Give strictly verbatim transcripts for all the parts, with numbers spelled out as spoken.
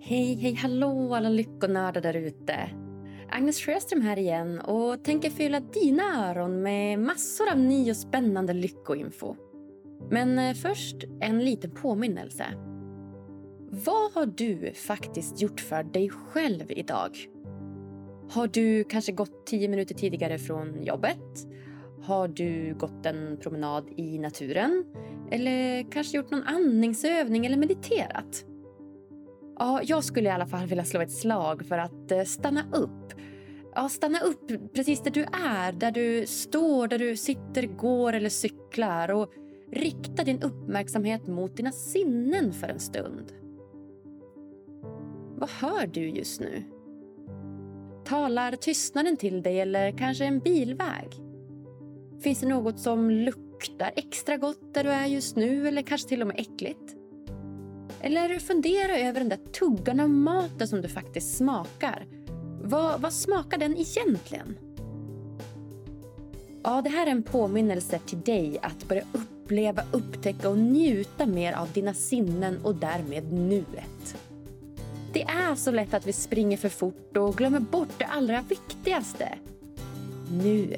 Hej, hej, hallå alla lyckonördar där ute. Agnes Sjöström här igen och tänker fylla dina öron med massor av ny och spännande lyckoinfo. Men först en liten påminnelse. Vad har du faktiskt gjort för dig själv idag? Har du kanske gått tio minuter tidigare från jobbet? Har du gått en promenad i naturen? Eller kanske gjort någon andningsövning eller mediterat? Ja, jag skulle i alla fall vilja slå ett slag för att stanna upp. Ja, stanna upp precis där du är, där du står, där du sitter, går eller cyklar och rikta din uppmärksamhet mot dina sinnen för en stund. Vad hör du just nu? Talar tystnaden till dig eller kanske en bilväg? Finns det något som luktar extra gott där du är just nu eller kanske till och med äckligt? Eller fundera över den där tuggan av maten som du faktiskt smakar. Vad, vad smakar den egentligen? Ja, det här är en påminnelse till dig att börja uppleva, upptäcka och njuta mer av dina sinnen och därmed nuet. Det är så lätt att vi springer för fort och glömmer bort det allra viktigaste. Nuet.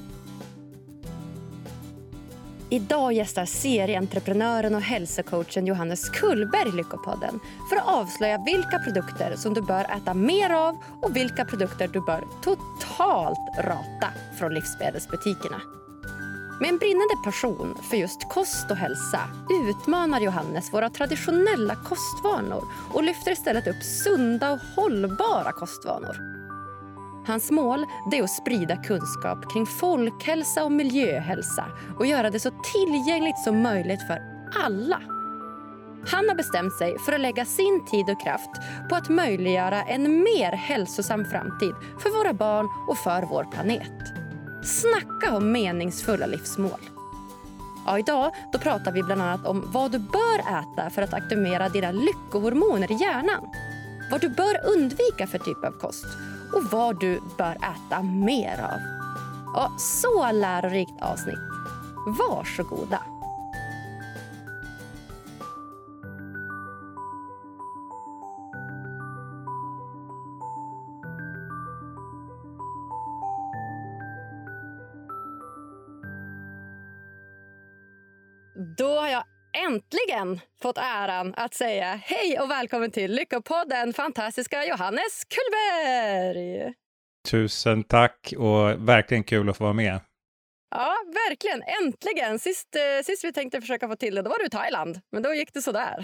Idag gästar serieentreprenören och hälsocoachen Johannes Kullberg Lyckopodden för att avslöja vilka produkter som du bör äta mer av och vilka produkter du bör totalt rata från livsmedelsbutikerna. Med en brinnande passion för just kost och hälsa utmanar Johannes våra traditionella kostvanor och lyfter istället upp sunda och hållbara kostvanor. Hans mål är att sprida kunskap kring folkhälsa och miljöhälsa och göra det så tillgängligt som möjligt för alla. Han har bestämt sig för att lägga sin tid och kraft på att möjliggöra en mer hälsosam framtid för våra barn och för vår planet. Snacka om meningsfulla livsmål. Ja, idag då pratar vi bland annat om vad du bör äta för att aktivera dina lyckohormoner i hjärnan. Vad du bör undvika för typ av kost och vad du bör äta mer av. Ja, så lärorikt avsnitt. Varsågoda. Då har jag äntligen fått äran att säga hej och välkommen till Lyckopodden, fantastiska Johannes Kullberg. Tusen tack och verkligen kul att få vara med. Ja, verkligen. Äntligen. Sist, eh, sist vi tänkte försöka få till det, då var du i Thailand. Men då gick det sådär.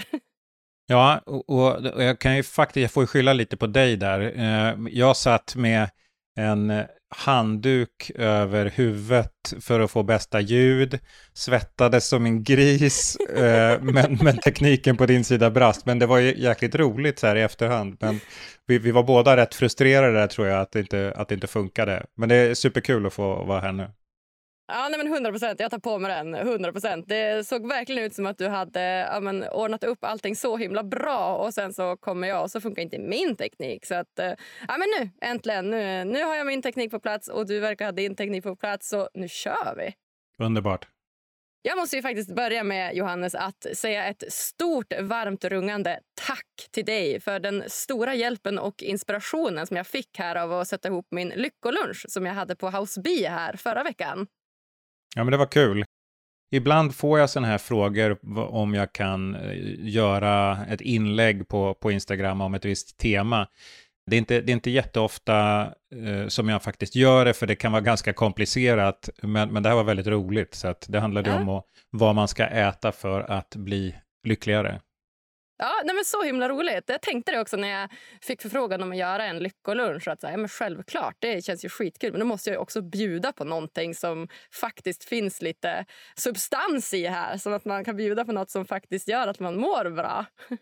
Ja, och, och jag kan ju faktiskt, jag får ju skylla lite på dig där. Eh, jag satt med en handduk över huvudet för att få bästa ljud, svettades som en gris, eh, men, men tekniken på din sida brast. Men det var ju jäkligt roligt så här i efterhand. Men vi, vi var båda rätt frustrerade där, tror jag, att det, inte, att det inte funkade. Men det är superkul att få vara här nu. Ja, nej men hundra procent. Jag tar på mig den. hundra procent. Det såg verkligen ut som att du hade ja, men, ordnat upp allting så himla bra. Och sen så kommer jag och så funkar inte min teknik. Så att, ja men nu, äntligen. Nu, nu har jag min teknik på plats och du verkar ha din teknik på plats. Så nu kör vi. Underbart. Jag måste ju faktiskt börja med, Johannes, att säga ett stort, varmt rungande tack till dig för den stora hjälpen och inspirationen som jag fick här av att sätta ihop min lyckolunch som jag hade på House B här förra veckan. Ja, men det var kul. Ibland får jag såna här frågor om jag kan göra ett inlägg på, på Instagram om ett visst tema. Det är inte, det är inte jätteofta eh, som jag faktiskt gör det, för det kan vara ganska komplicerat. Men, men det här var väldigt roligt, så att det handlade Ja. om att, vad man ska äta för att bli lyckligare. Ja, nej men så himla roligt. Jag tänkte det också när jag fick förfrågan om att göra en lyckolunch. Att säga, ja, men självklart, det känns ju skitkul. Men då måste jag också bjuda på någonting som faktiskt finns lite substans i här. Som att man kan bjuda på något som faktiskt gör att man mår bra.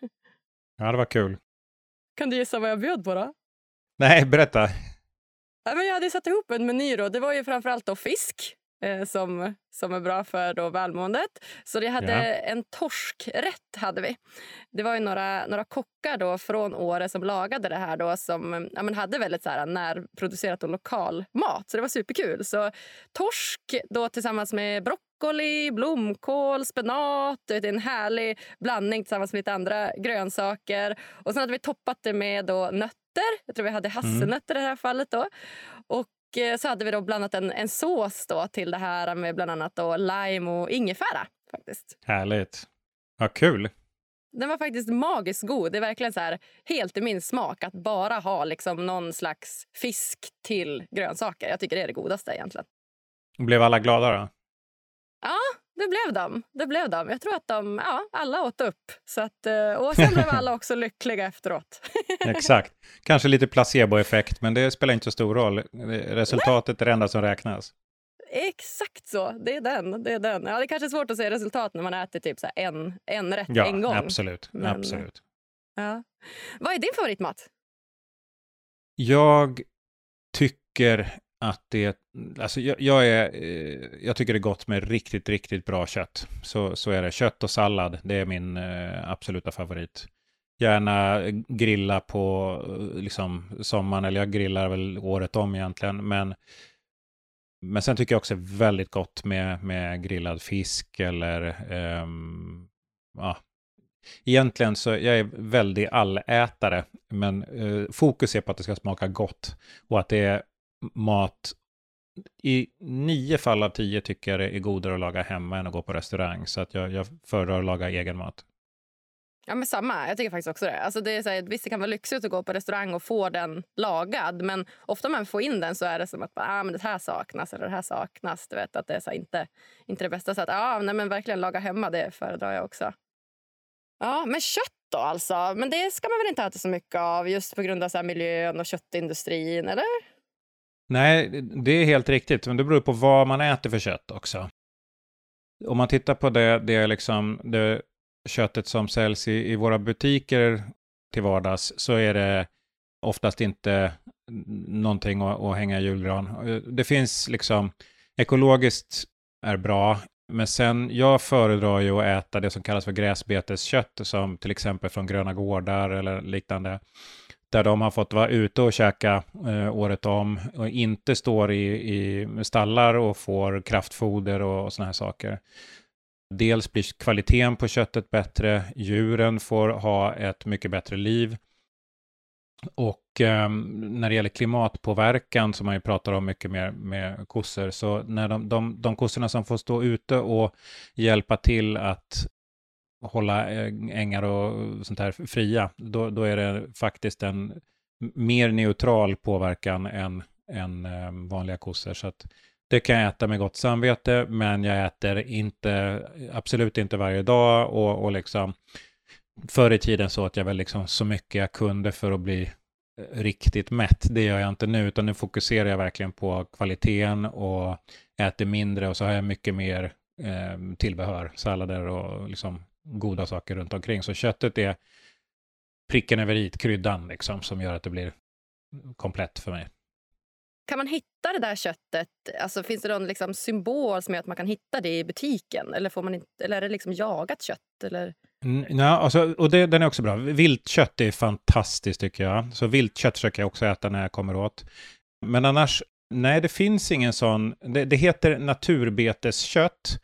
Ja, det var kul. Kan du gissa vad jag bjöd på då? Nej, berätta. Ja, men jag hade satt ihop en meny då. Det var ju framförallt då fisk. Eh, som, som är bra för då välmåendet. Så det hade Ja. en torskrätt hade vi. Det var ju några, några kockar då från Åre som lagade det här då, som ja, men hade väldigt så här närproducerat och lokal mat. Så det var superkul. Så torsk då tillsammans med broccoli broccoli, blomkål, spenat. Det är en härlig blandning tillsammans med lite andra grönsaker. Och sen hade vi toppat det med då nötter. Jag tror vi hade hasselnötter mm. i det här fallet då. Och eh, så hade vi då blandat en, en sås då till det här med bland annat då lime och ingefära faktiskt. Härligt. Ja, kul. Den var faktiskt magiskt god. Det är verkligen så här helt i min smak att bara ha liksom någon slags fisk till grönsaker. Jag tycker det är det godaste egentligen. Blev alla glada då? Ja, det blev de. Det blev de. Jag tror att de, ja, alla åt upp. Så att, och sen blev alla också lyckliga efteråt. Exakt. Kanske lite placeboeffekt, men det spelar inte så stor roll. Resultatet är det enda som räknas. Exakt så, det är den, det är den. Ja, det är kanske svårt att se resultat när man äter typ så här en, en rätt ja, en gång. Absolut, men, absolut. Ja. Vad är din favoritmat? Jag tycker att det, alltså jag, jag är, jag tycker det är gott med riktigt, riktigt bra kött. Så, så är det. Kött och sallad, det är min eh, absoluta favorit. Gärna grilla på liksom sommaren, eller jag grillar väl året om egentligen, men Men sen tycker jag också väldigt gott med, med grillad fisk eller um, ja. Egentligen så jag är väldigt allätare, men uh, fokus är på att det ska smaka gott och att det är mat. I nio fall av tio tycker jag det är godare att laga hemma än att gå på restaurang, så att jag, jag föredrar att laga egen mat. Ja, men samma. Jag tycker faktiskt också det. Alltså det är så här, visst, det kan vara lyxigt att gå på restaurang och få den lagad, men ofta när man får in den så är det som att ah, men det här saknas eller det här saknas. Du vet att det är så här, inte, inte det bästa. Så att ah, nej, men verkligen laga hemma, det föredrar jag också. Ja, men kött då alltså. Men det ska man väl inte äta så mycket av just på grund av så här miljön och köttindustrin, eller? Nej, det är helt riktigt. Men det beror på vad man äter för kött också. Om man tittar på det, det är liksom det köttet som säljs i, i våra butiker till vardags, så är det oftast inte någonting att, att hänga i julgran. Det finns liksom, ekologiskt är bra, men sen jag föredrar ju att äta det som kallas för gräsbeteskött, som till exempel från Gröna Gårdar eller liknande, där de har fått vara ute och käka eh, året om och inte står i, i stallar och får kraftfoder och, och såna här saker. Dels blir kvaliteten på köttet bättre, djuren får ha ett mycket bättre liv. Och eh, när det gäller klimatpåverkan, som man ju pratar om mycket mer med kossor, så när de, de, de kossorna som får stå ute och hjälpa till att hålla ängar och sånt här fria, då, då är det faktiskt en mer neutral påverkan än, än eh, vanliga kossor. Så att det kan jag äta med gott samvete, men jag äter inte, absolut inte varje dag, och, och liksom förr i tiden så att jag väl liksom så mycket jag kunde för att bli riktigt mätt. Det gör jag inte nu, utan nu fokuserar jag verkligen på kvaliteten och äter mindre, och så har jag mycket mer eh, tillbehör, sallader och liksom goda saker runt omkring. Så köttet är pricken över i, kryddan liksom, som gör att det blir komplett för mig. Kan man hitta det där köttet? Alltså, finns det någon liksom symbol som gör att man kan hitta det i butiken? Eller, får man inte, eller är det liksom jagat kött? Eller? Mm, ja, alltså, och det, den är också bra. Viltkött är fantastiskt tycker jag. Så viltkött försöker jag också äta när jag kommer åt. Men annars, nej, det finns ingen sån. Det, det heter naturbeteskött.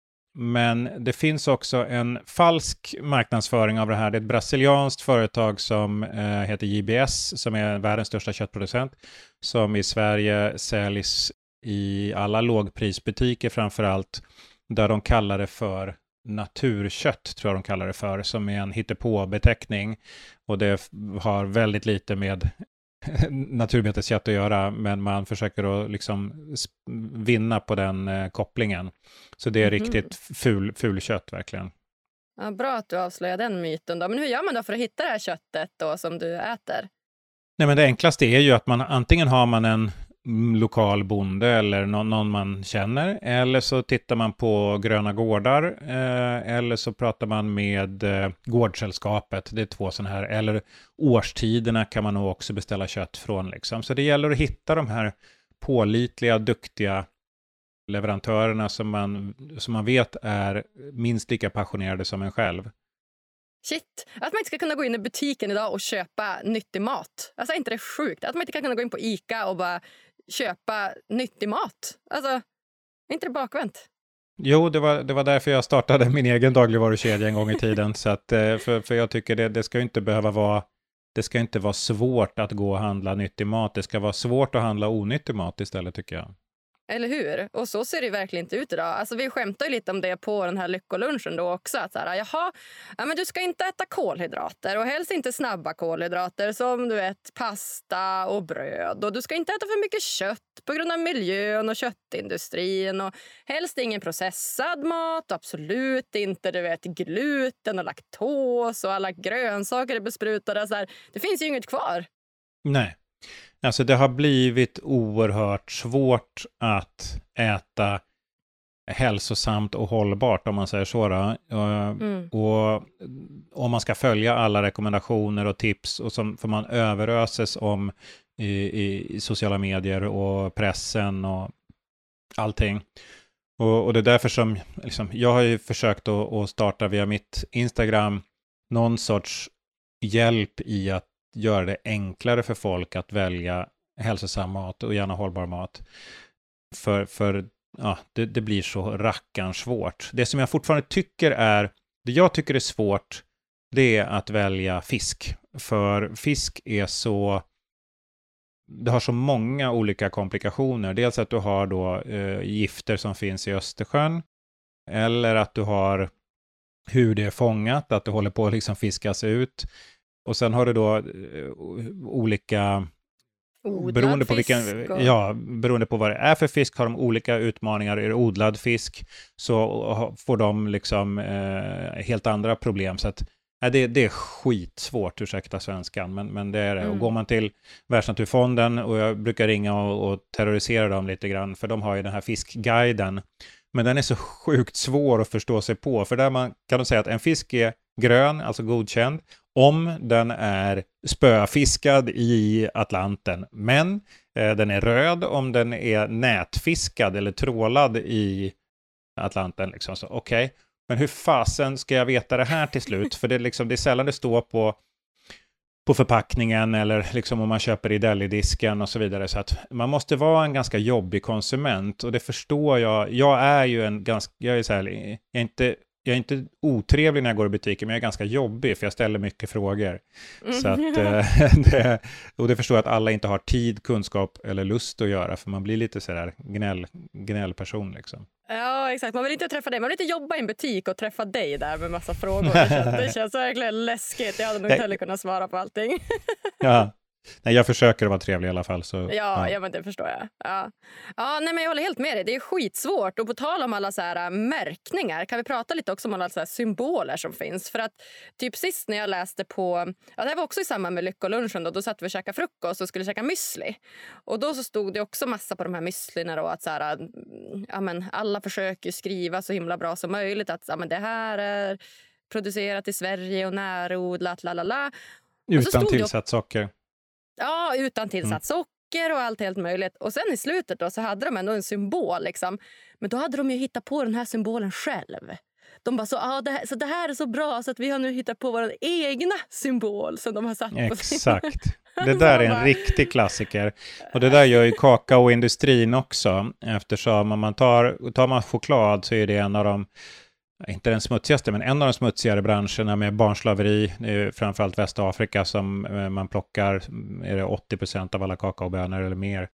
Men det finns också en falsk marknadsföring av det här. Det är ett brasilianskt företag som eh, heter J B S, som är världens största köttproducent, som i Sverige säljs i alla lågprisbutiker framför allt, där de kallar det för naturkött, tror jag de kallar det för, som är en hittepå-beteckning, och det har väldigt lite med naturbeteskött att göra, men man försöker att liksom vinna på den eh, kopplingen. Så det är mm. riktigt ful, ful kött verkligen. Ja, bra att du avslöjar den myten då. Men hur gör man då för att hitta det här köttet då som du äter? Nej, men det enklaste är ju att man antingen har man en lokal bonde eller någon, någon man känner, eller så tittar man på Gröna Gårdar, eh, eller så pratar man med eh, Gårdsällskapet. Det är två sådana här, eller årstiderna kan man nog också beställa kött från liksom. Så det gäller att hitta de här pålitliga, duktiga leverantörerna som man, som man vet är minst lika passionerade som en själv. Shit, att man inte ska kunna gå in i butiken idag och köpa nyttig mat. Alltså är inte det sjukt? Att man inte kan kunna gå in på ICA och bara köpa nyttig mat. Alltså, är inte det bakvänt? Jo, det var, det var därför jag startade min egen dagligvarukedja en gång i tiden. Så att, eh, för, för jag tycker det, det ska ju inte behöva vara, det ska inte vara svårt att gå och handla nyttig mat. Det ska vara svårt att handla onyttig mat istället, tycker jag. Eller hur? Och så ser det verkligen inte ut idag. Alltså, vi skämtar ju lite om det på den här lyckolunchen då också. Att så här, jaha, ja, men du ska inte äta kolhydrater och helst inte snabba kolhydrater som du vet pasta och bröd. Och du ska inte äta för mycket kött på grund av miljön och köttindustrin. Och helst ingen processad mat och absolut inte du vet, gluten och laktos och alla grönsaker är besprutade. Så här, det finns ju inget kvar. Nej. Alltså det har blivit oerhört svårt att äta hälsosamt och hållbart, om man säger så då. Mm. Och om man ska följa alla rekommendationer och tips, och som, för man överöses om i, i, i sociala medier och pressen och allting. Och, och det är därför som liksom, jag har ju försökt att, att starta via mitt Instagram någon sorts hjälp i att göra det enklare för folk att välja hälsosam mat och gärna hållbar mat. För, för ja, det, det blir så rackarns svårt. Det som jag fortfarande tycker är, det jag tycker är svårt, det är att välja fisk. För fisk är så, det har så många olika komplikationer. Dels att du har då eh, gifter som finns i Östersjön, eller att du har hur det är fångat, att det håller på att liksom fiskas ut. Och sen har du då uh, olika, odlad beroende på vilken, och... ja, beroende på vad det är för fisk, har de olika utmaningar. Är det odlad fisk så får de liksom uh, helt andra problem. Så att uh, det, det är skitsvårt, ursäkta svenskan, men, men det är det. Mm. Och går man till Världsnaturfonden, och jag brukar ringa och, och terrorisera dem lite grann, för de har ju den här fiskguiden. Men den är så sjukt svår att förstå sig på, för där man kan de säga att en fisk är grön, alltså godkänd, om den är spöfiskad i Atlanten. Men eh, den är röd om den är nätfiskad eller trålad i Atlanten. Liksom. Så okej, okay. Men hur fasen ska jag veta det här till slut? För det är, liksom, det är sällan det står på, på förpackningen, eller liksom om man köper i delidisken och så vidare. Så att man måste vara en ganska jobbig konsument, och det förstår jag. Jag är ju en ganska, jag är så här, jag är inte Jag är inte otrevlig när jag går i butiken, men jag är ganska jobbig för jag ställer mycket frågor. Mm. Så att, eh, det, och det förstår jag att alla inte har tid, kunskap eller lust att göra, för man blir lite sådär gnäll, gnällperson liksom. Ja, exakt. Man vill inte träffa dig. Man vill inte jobba i en butik och träffa dig där med massa frågor. Det känns, det känns verkligen läskigt. Jag hade nog inte heller kunnat svara på allting. Ja. Nej, jag försöker att vara trevlig i alla fall. Så, ja, ja. ja, men det förstår jag. Ja. Ja, nej, men jag håller helt med dig. Det är skitsvårt. Och på tal om alla så här märkningar, kan vi prata lite också om alla så här symboler som finns. För att typ sist när jag läste på, ja, det här var också i samband med lyckolunchen, då, då satt vi och käkade frukost och skulle käka müsli. Och då så stod det också massa på de här müslina då, att så här, ja, men alla försöker skriva så himla bra som möjligt. Att ja, men det här är producerat i Sverige och närodlat, lalala. Utan tillsatt socker. Ja, utan tillsatt mm. socker och allt helt möjligt. Och sen i slutet då så hade de ändå en symbol liksom. Men då hade de ju hittat på den här symbolen själv. De bara så, ah, det här, så det här är så bra så att vi har nu hittat på vår egna symbol som de har satt på. Exakt. Det där är en riktig klassiker. Och det där gör ju kakaoindustrin också. Eftersom om man tar, tar man choklad så är det en av de, inte den smutsigaste, men en av de smutsigare branscherna med barnslaveri. Det är framförallt Västafrika som man plockar, är det åttio procent av alla kakaobönor eller mer.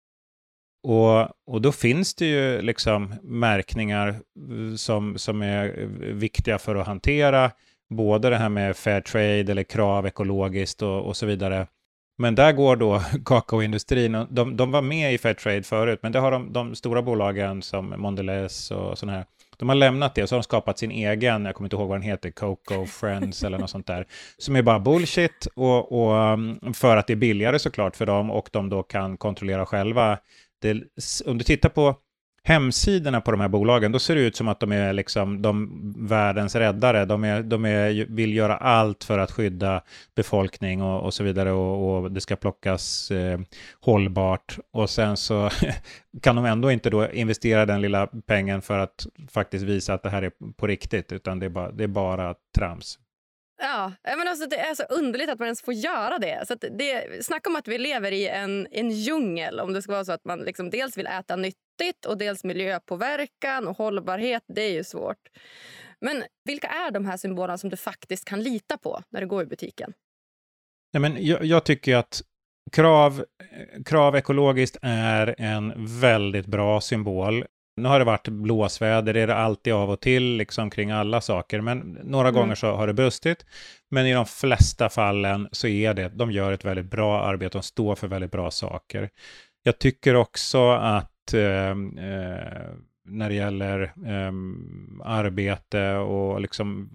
Och, och då finns det ju liksom märkningar som, som är viktiga för att hantera både det här med fair trade eller krav ekologiskt och, och så vidare. Men där går då kakaoindustrin, de, de var med i fair trade förut, men det har de, de stora bolagen som Mondelez och sådana här, de har lämnat det och så har de skapat sin egen, jag kommer inte ihåg vad den heter, Cocoa Friends eller något sånt där, som är bara bullshit och, och för att det är billigare såklart för dem och de då kan kontrollera själva. Det, om du tittar på hemsidorna på de här bolagen, då ser det ut som att de är liksom de världens räddare. De, är, de är, vill göra allt för att skydda befolkning och, och så vidare och, och det ska plockas eh, hållbart. Och sen så kan de ändå inte då investera den lilla pengen för att faktiskt visa att det här är på riktigt, utan det är bara, det är bara trams. Ja, men alltså det är så underligt att man ens får göra det. Så att det snacka om att vi lever i en, en djungel, om det ska vara så att man liksom dels vill äta nyttigt nyttigt och dels miljöpåverkan och hållbarhet, det är ju svårt. Men vilka är de här symbolerna som du faktiskt kan lita på när du går i butiken? Ja, men jag, jag tycker att krav, krav ekologiskt är en väldigt bra symbol. Nu har det varit blåsväder, det är det alltid av och till liksom kring alla saker, men några mm. gånger så har det brustit. Men i de flesta fallen så är det, de gör ett väldigt bra arbete, de står för väldigt bra saker. Jag tycker också att eh, eh, när det gäller eh, arbete och liksom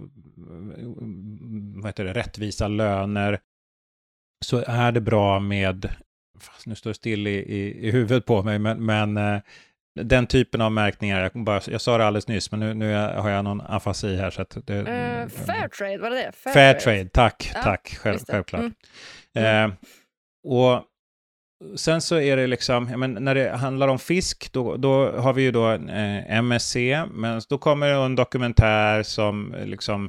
vad heter det, rättvisa löner, så är det bra med, fast nu står det still i, i, i huvudet på mig, men, men eh, den typen av märkningar, jag, bara, jag sa det alldeles nyss, men nu, nu har jag någon afasi här. Så att det, uh, Fairtrade, var det det? Fair, fair trade. trade, tack, ja, tack, själv, självklart. Mm. Mm. Eh, och sen så är det liksom, ja, men när det handlar om fisk, då, då har vi ju då eh, M S C, men då kommer det en dokumentär som liksom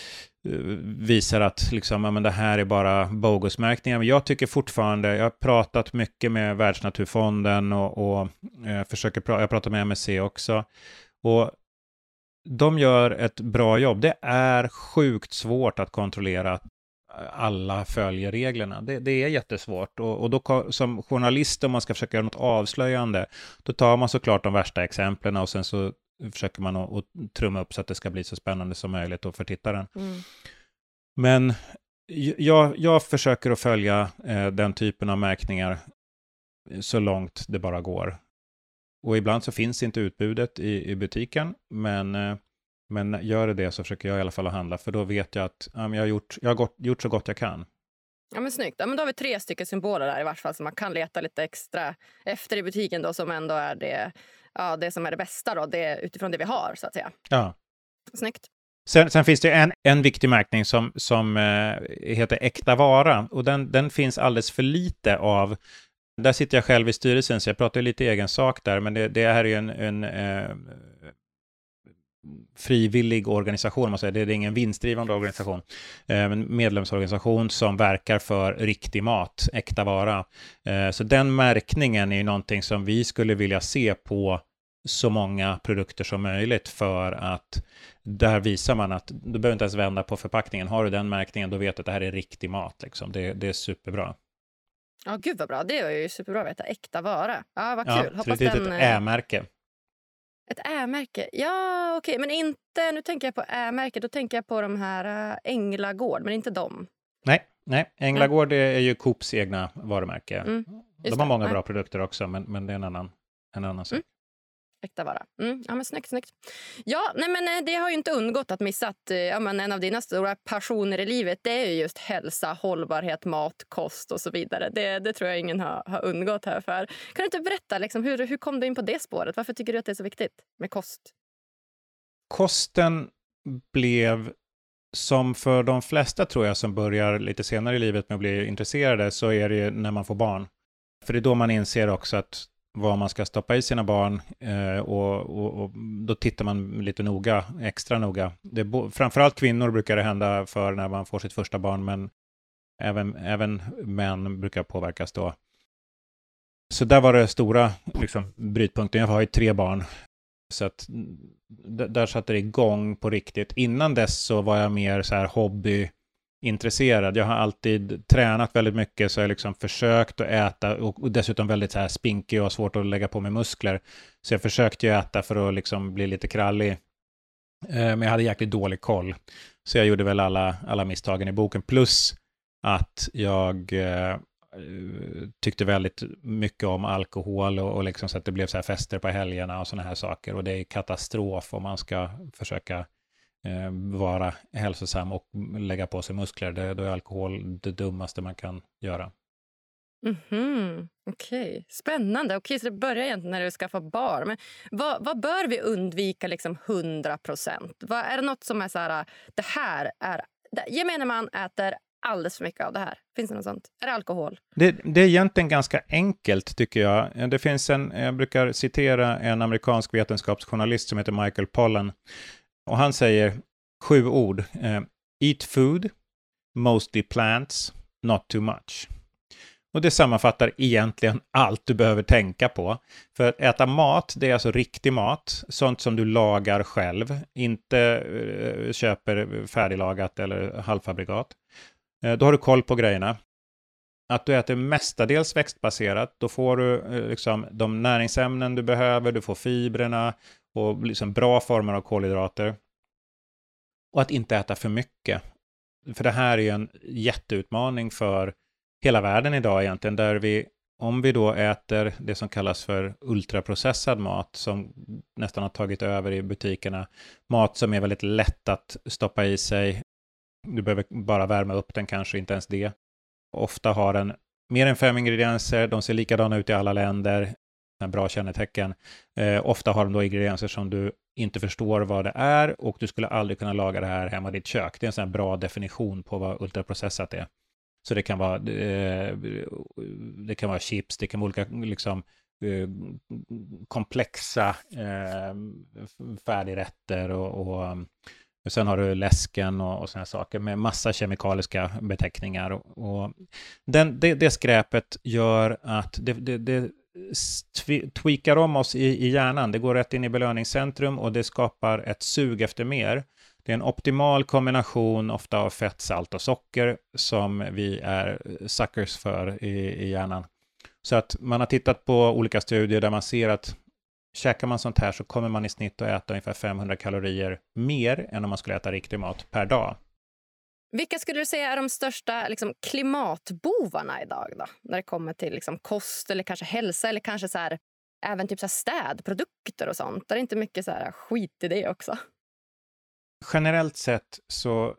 visar att liksom, ja, men det här är bara bogusmärkningar. Men jag tycker fortfarande, jag har pratat mycket med Världsnaturfonden och, och eh, försöker pra- jag pratar med M S C också. Och de gör ett bra jobb. Det är sjukt svårt att kontrollera att alla följer reglerna. Det, det är jättesvårt. Och, och då som journalist, om man ska försöka göra något avslöjande, då tar man såklart de värsta exemplen och sen så försöker man att, att trumma upp så att det ska bli så spännande som möjligt och för tittaren. Mm. Men jag, jag försöker att följa eh, den typen av märkningar så långt det bara går. Och ibland så finns inte utbudet i, i butiken, men, eh, men gör det det så försöker jag i alla fall att handla, för då vet jag att ja, men jag har, gjort, jag har gott, gjort så gott jag kan. Ja, men snyggt. Ja, men då har vi tre stycken symboler där i vart fall som man kan leta lite extra efter i butiken då, som ändå är det, ja, det som är det bästa då, det utifrån det vi har så att säga. Ja. Snyggt. Sen, sen finns det en, en viktig märkning som, som eh, heter äkta vara, och den, den finns alldeles för lite av. Där sitter jag själv i styrelsen så jag pratar lite egen sak där, men det, det här är ju en, en eh, frivillig organisation, man säger. Det är ingen vinstdrivande organisation, en medlemsorganisation som verkar för riktig mat, äkta vara. Så den märkningen är ju någonting som vi skulle vilja se på så många produkter som möjligt, för att där visar man att du behöver inte ens vända på förpackningen. Har du den märkningen, då vet du att det här är riktig mat. Liksom. Det, det är superbra. Ja, gud vad bra. Det är ju superbra att veta äkta vara. Ja, vad kul. Ja, Hoppas det är den... ett ä-märke. Ett ä-märke? Ja, okej. Okay. Men inte, nu tänker jag på ä-märke, då tänker jag på de här äh, Änglagård, men inte dem. Nej, nej. Änglagård mm. är ju Coops egna varumärke. Mm, de har många det. bra ja. produkter också, men, men det är en annan, en annan sak. Mm. Äkta vara. Mm. Ja, men snyggt, snyggt. Ja, nej, men det har ju inte undgått att missa att ja, men en av dina stora passioner i livet, det är ju just hälsa, hållbarhet, mat, kost och så vidare. Det, det tror jag ingen har, har undgått här för. Kan du inte berätta, liksom, hur, hur kom du in på det spåret? Varför tycker du att det är så viktigt med kost? Kosten blev, som för de flesta tror jag som börjar lite senare i livet med att bli intresserade, så är det när man får barn. För det är då man inser också att vad man ska stoppa i sina barn eh, och, och, och då tittar man lite noga, extra noga. Det bo, framförallt kvinnor brukar det hända för när man får sitt första barn, men även, även män brukar påverkas då. Så där var det stora liksom, brytpunkten. Jag har ju tre barn, så att d- där satte det igång på riktigt. Innan dess så var jag mer så här hobby intresserad. Jag har alltid tränat väldigt mycket, så jag har liksom försökt att äta, och, och dessutom väldigt så här spinkig och har svårt att lägga på mig muskler. Så jag försökte ju äta för att liksom bli lite krallig. Eh, men jag hade jäkligt dålig koll. Så jag gjorde väl alla, alla misstagen i boken. Plus att jag eh, tyckte väldigt mycket om alkohol och, och liksom så att det blev så här fester på helgerna och såna här saker. Och det är katastrof om man ska försöka vara hälsosam och lägga på sig muskler. Det, då är alkohol det dummaste man kan göra. Mm-hmm. Okej, okay. Spännande. Okej, så det börjar egentligen när du skaffar barn. Men vad, vad bör vi undvika liksom hundra procent? Vad, är det något som är så här, det här är, gemene man äter alldeles för mycket av det här? Finns det något sånt? Är det alkohol? Det, det är egentligen ganska enkelt tycker jag. Det finns en, jag brukar citera en amerikansk vetenskapsjournalist som heter Michael Pollan. Och han säger sju ord. Uh, eat food, mostly plants, not too much. Och det sammanfattar egentligen allt du behöver tänka på. För att äta mat, det är alltså riktig mat. Sånt som du lagar själv. Inte uh, köper färdiglagat eller halvfabrikat. Uh, då har du koll på grejerna. Att du äter mestadels växtbaserat, då får du uh, liksom de näringsämnen du behöver. Du får fibrerna och liksom bra former av kolhydrater. Och att inte äta för mycket. För det här är ju en jätteutmaning för hela världen idag egentligen, där vi, om vi då äter det som kallas för ultraprocessad mat, som nästan har tagit över i butikerna, mat som är väldigt lätt att stoppa i sig, du behöver bara värma upp den, kanske inte ens det. Ofta har den mer än fem ingredienser, de ser likadana ut i alla länder, en bra kännetecken. Eh, ofta har de då ingredienser som du inte förstår vad det är, och du skulle aldrig kunna laga det här hemma i ditt kök. Det är en sån här bra definition på vad ultraprocessat är. Så det kan vara, eh, det kan vara chips, det kan vara olika liksom, eh, komplexa eh, färdigrätter och, och, och sen har du läsken och, och såna saker med massa kemikaliska beteckningar. Och, och den, det, det skräpet gör att det, det, det tweakar om oss i, i hjärnan. Det går rätt in i belöningscentrum och det skapar ett sug efter mer. Det är en optimal kombination ofta av fett, salt och socker som vi är suckers för i, i hjärnan. Så att man har tittat på olika studier där man ser att käkar man sånt här så kommer man i snitt att äta ungefär femhundra kalorier mer än om man skulle äta riktig mat per dag. Vilka skulle du säga är de största liksom, klimatbovarna idag då? När det kommer till liksom, kost eller kanske hälsa eller kanske så här, även typ så här städprodukter och sånt. Det är inte mycket så här skit i det också. Generellt sett så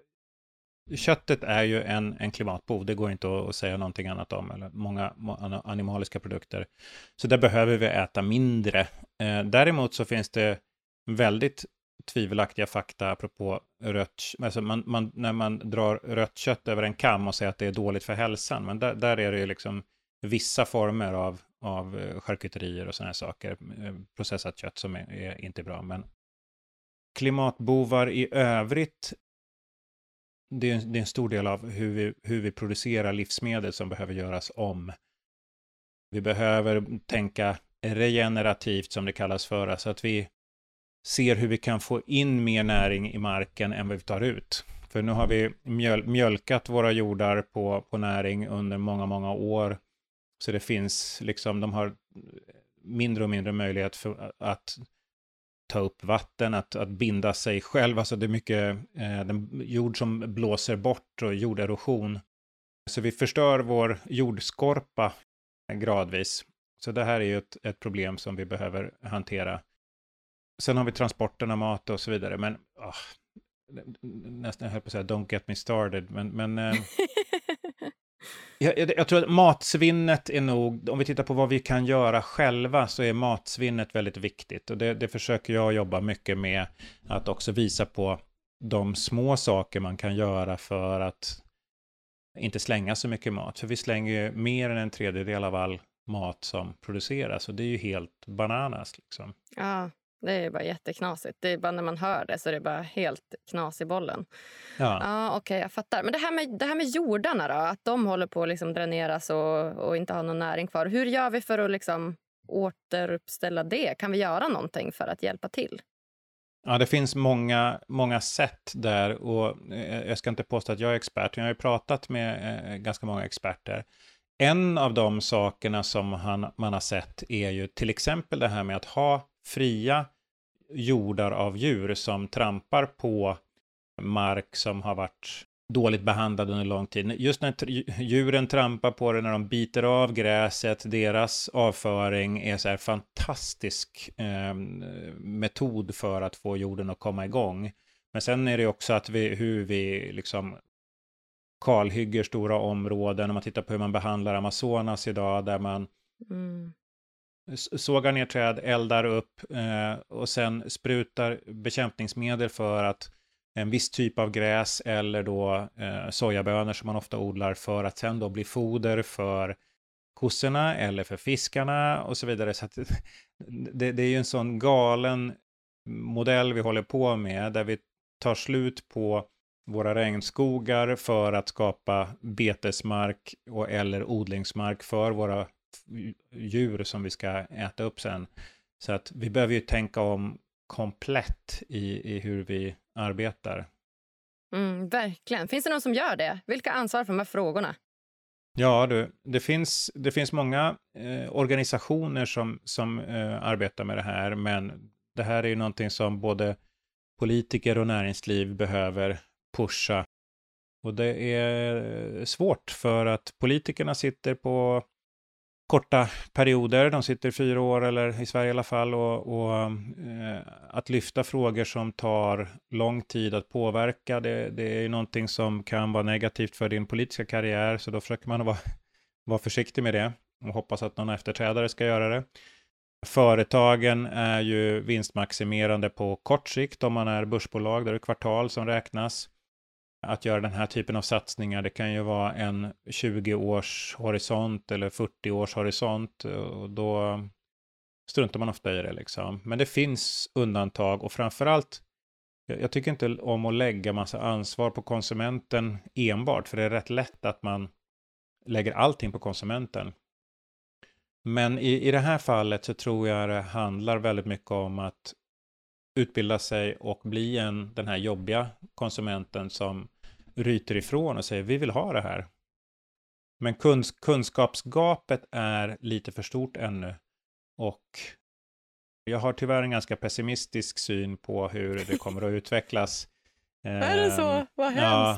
köttet är ju en, en klimatbov. Det går inte att, att säga någonting annat om. Eller många animaliska produkter. Så där behöver vi äta mindre. Eh, däremot så finns det väldigt tvivelaktiga fakta apropå rött. Alltså man, man, när man drar rött kött över en kam och säger att det är dåligt för hälsan. Men där, där är det ju liksom vissa former av, av charkuterier och sådana här saker. Processat kött som är, är inte bra. Men klimatbovar i övrigt, det är, det är en stor del av hur vi, hur vi producerar livsmedel som behöver göras om. Vi behöver tänka regenerativt som det kallas för, alltså att vi ser hur vi kan få in mer näring i marken än vad vi tar ut. För nu har vi mjöl, mjölkat våra jordar på, på näring under många, många år. Så det finns liksom, de har mindre och mindre möjlighet för att ta upp vatten, att, att binda sig själv. Alltså det är mycket eh, den jord som blåser bort och jorderosion. Så vi förstör vår jordskorpa gradvis. Så det här är ju ett, ett problem som vi behöver hantera. Sen har vi transporten av mat och så vidare. Men oh, nästan jag höll på att säga don't get me started. Men, men eh, jag, jag, jag tror att matsvinnet är nog, om vi tittar på vad vi kan göra själva, så är matsvinnet väldigt viktigt. Och det, det försöker jag jobba mycket med, att också visa på de små saker man kan göra för att inte slänga så mycket mat. För vi slänger ju mer än en tredjedel av all mat som produceras. Och det är ju helt bananas liksom. Ja, det är bara jätteknasigt. Det är bara när man hör det så är det bara helt knas i bollen. Ja, Ja, okej, okay, jag fattar. Men det här med, det här med jordarna då, att de håller på att liksom dräneras och, och inte har någon näring kvar. Hur gör vi för att liksom återuppställa det? Kan vi göra någonting för att hjälpa till? ja, det finns många, många sätt där, och eh, jag ska inte påstå att jag är expert. Jag har ju pratat med eh, ganska många experter. En av de sakerna som han, man har sett är ju till exempel det här med att ha fria jordar av djur som trampar på mark som har varit dåligt behandlad under lång tid. Just när djuren trampar på det, när de biter av gräset, deras avföring är så här fantastisk eh, metod för att få jorden att komma igång. Men sen är det också att vi, hur vi liksom kalhygger stora områden. Om man tittar på hur man behandlar Amazonas idag, där man mm. sågar ner träd, eldar upp eh, och sen sprutar bekämpningsmedel för att en viss typ av gräs eller då eh, sojabönor som man ofta odlar, för att sen då bli foder för kossorna eller för fiskarna och så vidare. Så att det, det är ju en sån galen modell vi håller på med, där vi tar slut på våra regnskogar för att skapa betesmark och eller odlingsmark för våra djur som vi ska äta upp sen. Så att vi behöver ju tänka om komplett i, i hur vi arbetar. Mm, verkligen. Finns det någon som gör det? Vilka ansvar för de här frågorna? Ja, du, det finns, det finns många eh, organisationer som, som eh, arbetar med det här, men det här är ju någonting som både politiker och näringsliv behöver pusha. Och det är svårt för att politikerna sitter på korta perioder, de sitter fyra år eller i Sverige i alla fall, och, och eh, att lyfta frågor som tar lång tid att påverka, det, det är ju någonting som kan vara negativt för din politiska karriär, så då försöker man vara, vara försiktig med det och hoppas att någon efterträdare ska göra det. Företagen är ju vinstmaximerande på kort sikt om man är börsbolag, där det är kvartal som räknas. Att göra den här typen av satsningar, det kan ju vara en tjugo års horisont eller fyrtio års horisont, och då struntar man ofta i det liksom. Men det finns undantag, och framförallt, jag tycker inte om att lägga massa ansvar på konsumenten enbart, för det är rätt lätt att man lägger allting på konsumenten. Men i, i det här fallet så tror jag det handlar väldigt mycket om att utbilda sig och bli en, den här jobbiga konsumenten som ryter ifrån och säger vi vill ha det här. Men kuns, kunskapsgapet är lite för stort ännu, och jag har tyvärr en ganska pessimistisk syn på hur det kommer att utvecklas. Är det så? Vad hemskt. Ja,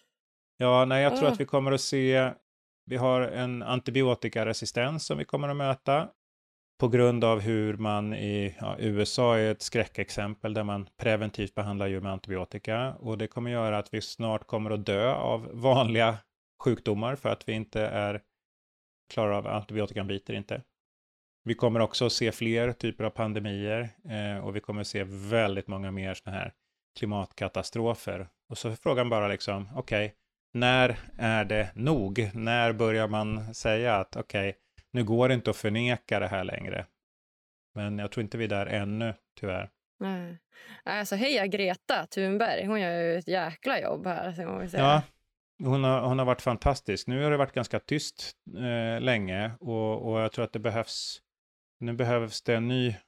ja nej, jag tror oh. att vi kommer att se, vi har en antibiotikaresistens som vi kommer att möta på grund av hur man i ja, U S A är ett skräckexempel där man preventivt behandlar djur med antibiotika, och det kommer göra att vi snart kommer att dö av vanliga sjukdomar för att vi inte är klara av antibiotikan biter inte. Vi kommer också att se fler typer av pandemier eh, och vi kommer att se väldigt många mer såna här klimatkatastrofer. Och så är frågan bara liksom, okej, okay, när är det nog? När börjar man säga att okej, okay, nu går det inte att förneka det här längre. Men jag tror inte vi är där ännu, tyvärr. Nej. Alltså heja Greta Thunberg, hon gör ju ett jäkla jobb här. Så vi säga. Ja, hon har, hon har varit fantastisk. Nu har det varit ganska tyst eh, länge, och, och jag tror att det behövs, nu behövs det en ny,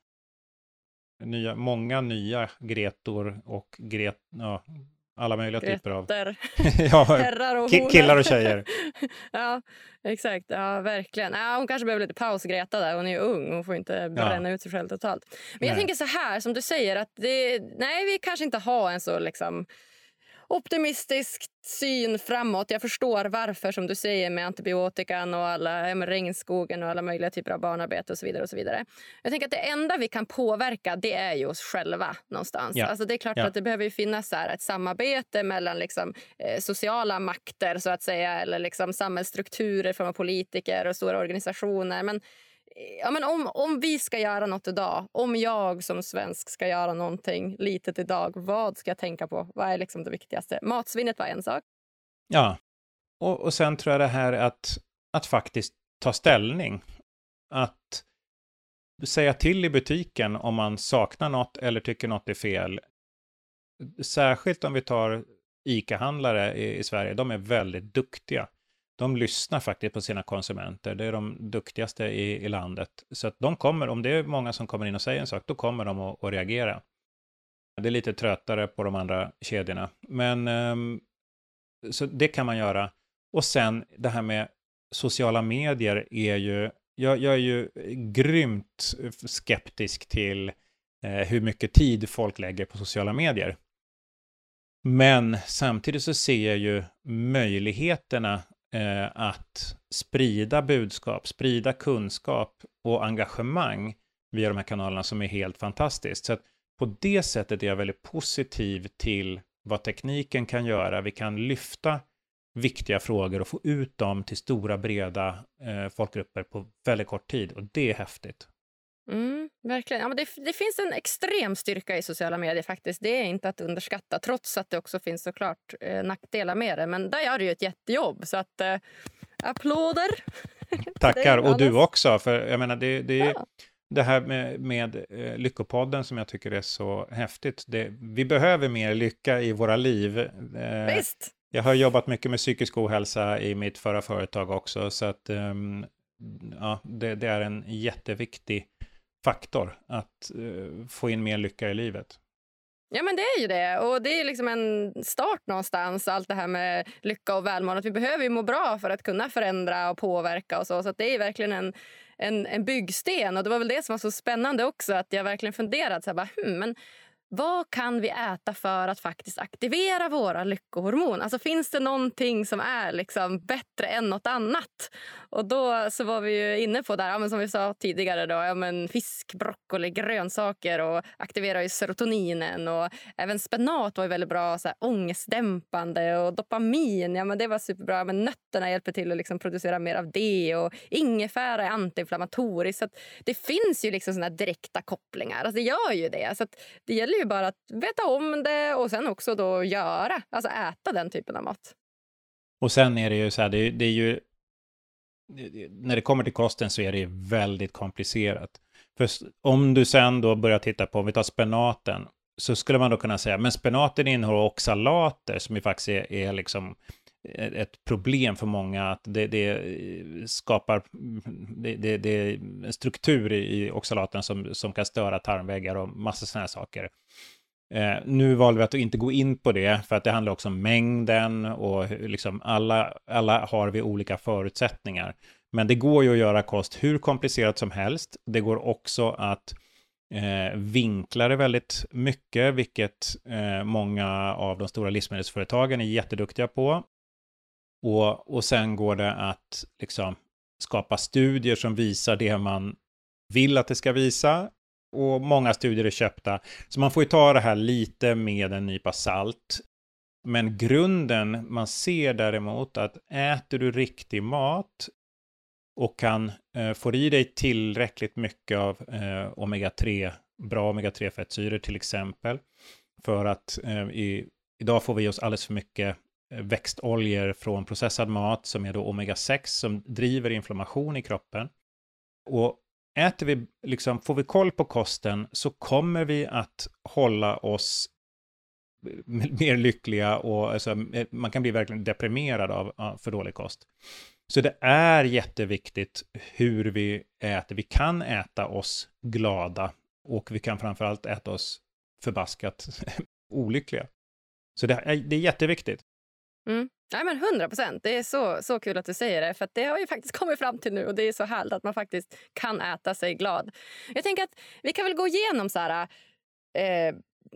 nya, många nya Gretor och Gret, ja, alla möjliga Greter. typer av ja, herrar och ki- killar och tjejer. Ja, exakt. Ja, verkligen. Ja, hon kanske behöver lite paus, Greta där. Hon är ju ung, hon får inte bränna ja. ut sig själv totalt. Men nej. Jag tänker så här, som du säger, att det, nej, vi kanske inte har en så liksom optimistisk syn framåt. Jag förstår varför, som du säger, med antibiotikan och alla med regnskogen och alla möjliga typer av barnarbete och så vidare och så vidare. Jag tänker att det enda vi kan påverka, det är ju oss själva någonstans. Ja. Alltså det är klart ja. att det behöver ju finnas så här ett samarbete mellan liksom, eh, sociala makter så att säga, eller liksom samhällsstrukturer från politiker och stora organisationer. Men Ja, men om, om vi ska göra något idag, om jag som svensk ska göra någonting litet idag, vad ska jag tänka på? Vad är liksom det viktigaste? Matsvinnet var en sak. Ja, och, och sen tror jag det här att, att faktiskt ta ställning. Att säga till i butiken om man saknar något eller tycker något är fel. Särskilt om vi tar ICA-handlare i, i Sverige, de är väldigt duktiga. De lyssnar faktiskt på sina konsumenter. Det är de duktigaste i, i landet. Så att de kommer, om det är många som kommer in och säger en sak, då kommer de att, att reagera. Det är lite tröttare på de andra kedjorna. Men um, så det kan man göra. Och sen det här med sociala medier är ju, jag, jag är ju grymt skeptisk till eh, hur mycket tid folk lägger på sociala medier. Men samtidigt så ser jag ju möjligheterna Eh, att sprida budskap, sprida kunskap och engagemang via de här kanalerna som är helt fantastiskt. Så att på det sättet är jag väldigt positiv till vad tekniken kan göra. Vi kan lyfta viktiga frågor och få ut dem till stora breda eh, folkgrupper på väldigt kort tid, och det är häftigt. Mm, verkligen. Ja, men det, det finns en extrem styrka i sociala medier faktiskt. Det är inte att underskatta, trots att det också finns såklart eh, nackdelar med det. Men där gör du ju ett jättejobb, så att eh, applåder. Tackar, och du också. För jag menar, det, det, ja. det här med, med eh, Lyckopodden som jag tycker är så häftigt. Det, vi behöver mer lycka i våra liv. Eh, Visst! Jag har jobbat mycket med psykisk ohälsa i mitt förra företag också, så att um, ja, det, det är en jätteviktig faktor att uh, få in mer lycka i livet. Ja, men det är ju det. Och det är liksom en start någonstans, allt det här med lycka och välmående. Att vi behöver ju må bra för att kunna förändra och påverka och så. Så att det är verkligen en, en, en byggsten. Och det var väl det som var så spännande också, att jag verkligen funderat så här, bara, hmm, men vad kan vi äta för att faktiskt aktivera våra lyckohormon? Alltså finns det någonting som är liksom bättre än något annat? Och då så var vi ju inne på där, ja, men som vi sa tidigare då, ja, men fisk, broccoli, grönsaker och aktiverar ju serotoninen, och även spenat var ju väldigt bra så här, ångestdämpande, och dopamin, ja men det var superbra, men nötterna hjälper till att liksom producera mer av det, och ingefära är antiinflammatoriskt, så att det finns ju liksom såna direkta kopplingar, alltså det gör ju det, så att det gäller ju bara att veta om det och sen också då göra, alltså äta den typen av mat. Och sen är det ju så här, det, det är ju, när det kommer till kosten så är det väldigt komplicerat. För om du sen då börjar titta på, om vi tar spenaten, så skulle man då kunna säga, men spenaten innehåller oxalater som ju faktiskt är, är liksom ett problem för många, att det, det skapar det, det, det är en struktur i oxalaten som, som kan störa tarmväggar och massa sådana här saker. Eh, nu valde vi att inte gå in på det, för att det handlar också om mängden, och liksom alla, alla har vi olika förutsättningar. Men det går ju att göra kost hur komplicerat som helst. Det går också att eh, vinkla det väldigt mycket, vilket eh, många av de stora livsmedelsföretagen är jätteduktiga på. Och, och sen går det att liksom skapa studier som visar det man vill att det ska visa. Och många studier är köpta. Så man får ju ta det här lite med en nypa salt. Men grunden man ser däremot, att äter du riktig mat och kan eh, få i dig tillräckligt mycket av eh, omega tre, bra omega tre fettsyror till exempel. För att eh, i, idag får vi i oss alldeles för mycket växtoljor från processad mat, som är då omega sex, som driver inflammation i kroppen. Och äter vi, liksom, får vi koll på kosten, så kommer vi att hålla oss mer lyckliga, och alltså, man kan bli verkligen deprimerad av, av för dålig kost. Så det är jätteviktigt hur vi äter. Vi kan äta oss glada, och vi kan framförallt äta oss förbaskat olyckliga. Så det är, det är jätteviktigt. Mm. Nej, men hundra procent. Det är så, så kul att du säger det. För att det har ju faktiskt kommit fram till nu. Och det är så härligt att man faktiskt kan äta sig glad. Jag tänker att vi kan väl gå igenom så här... Eh,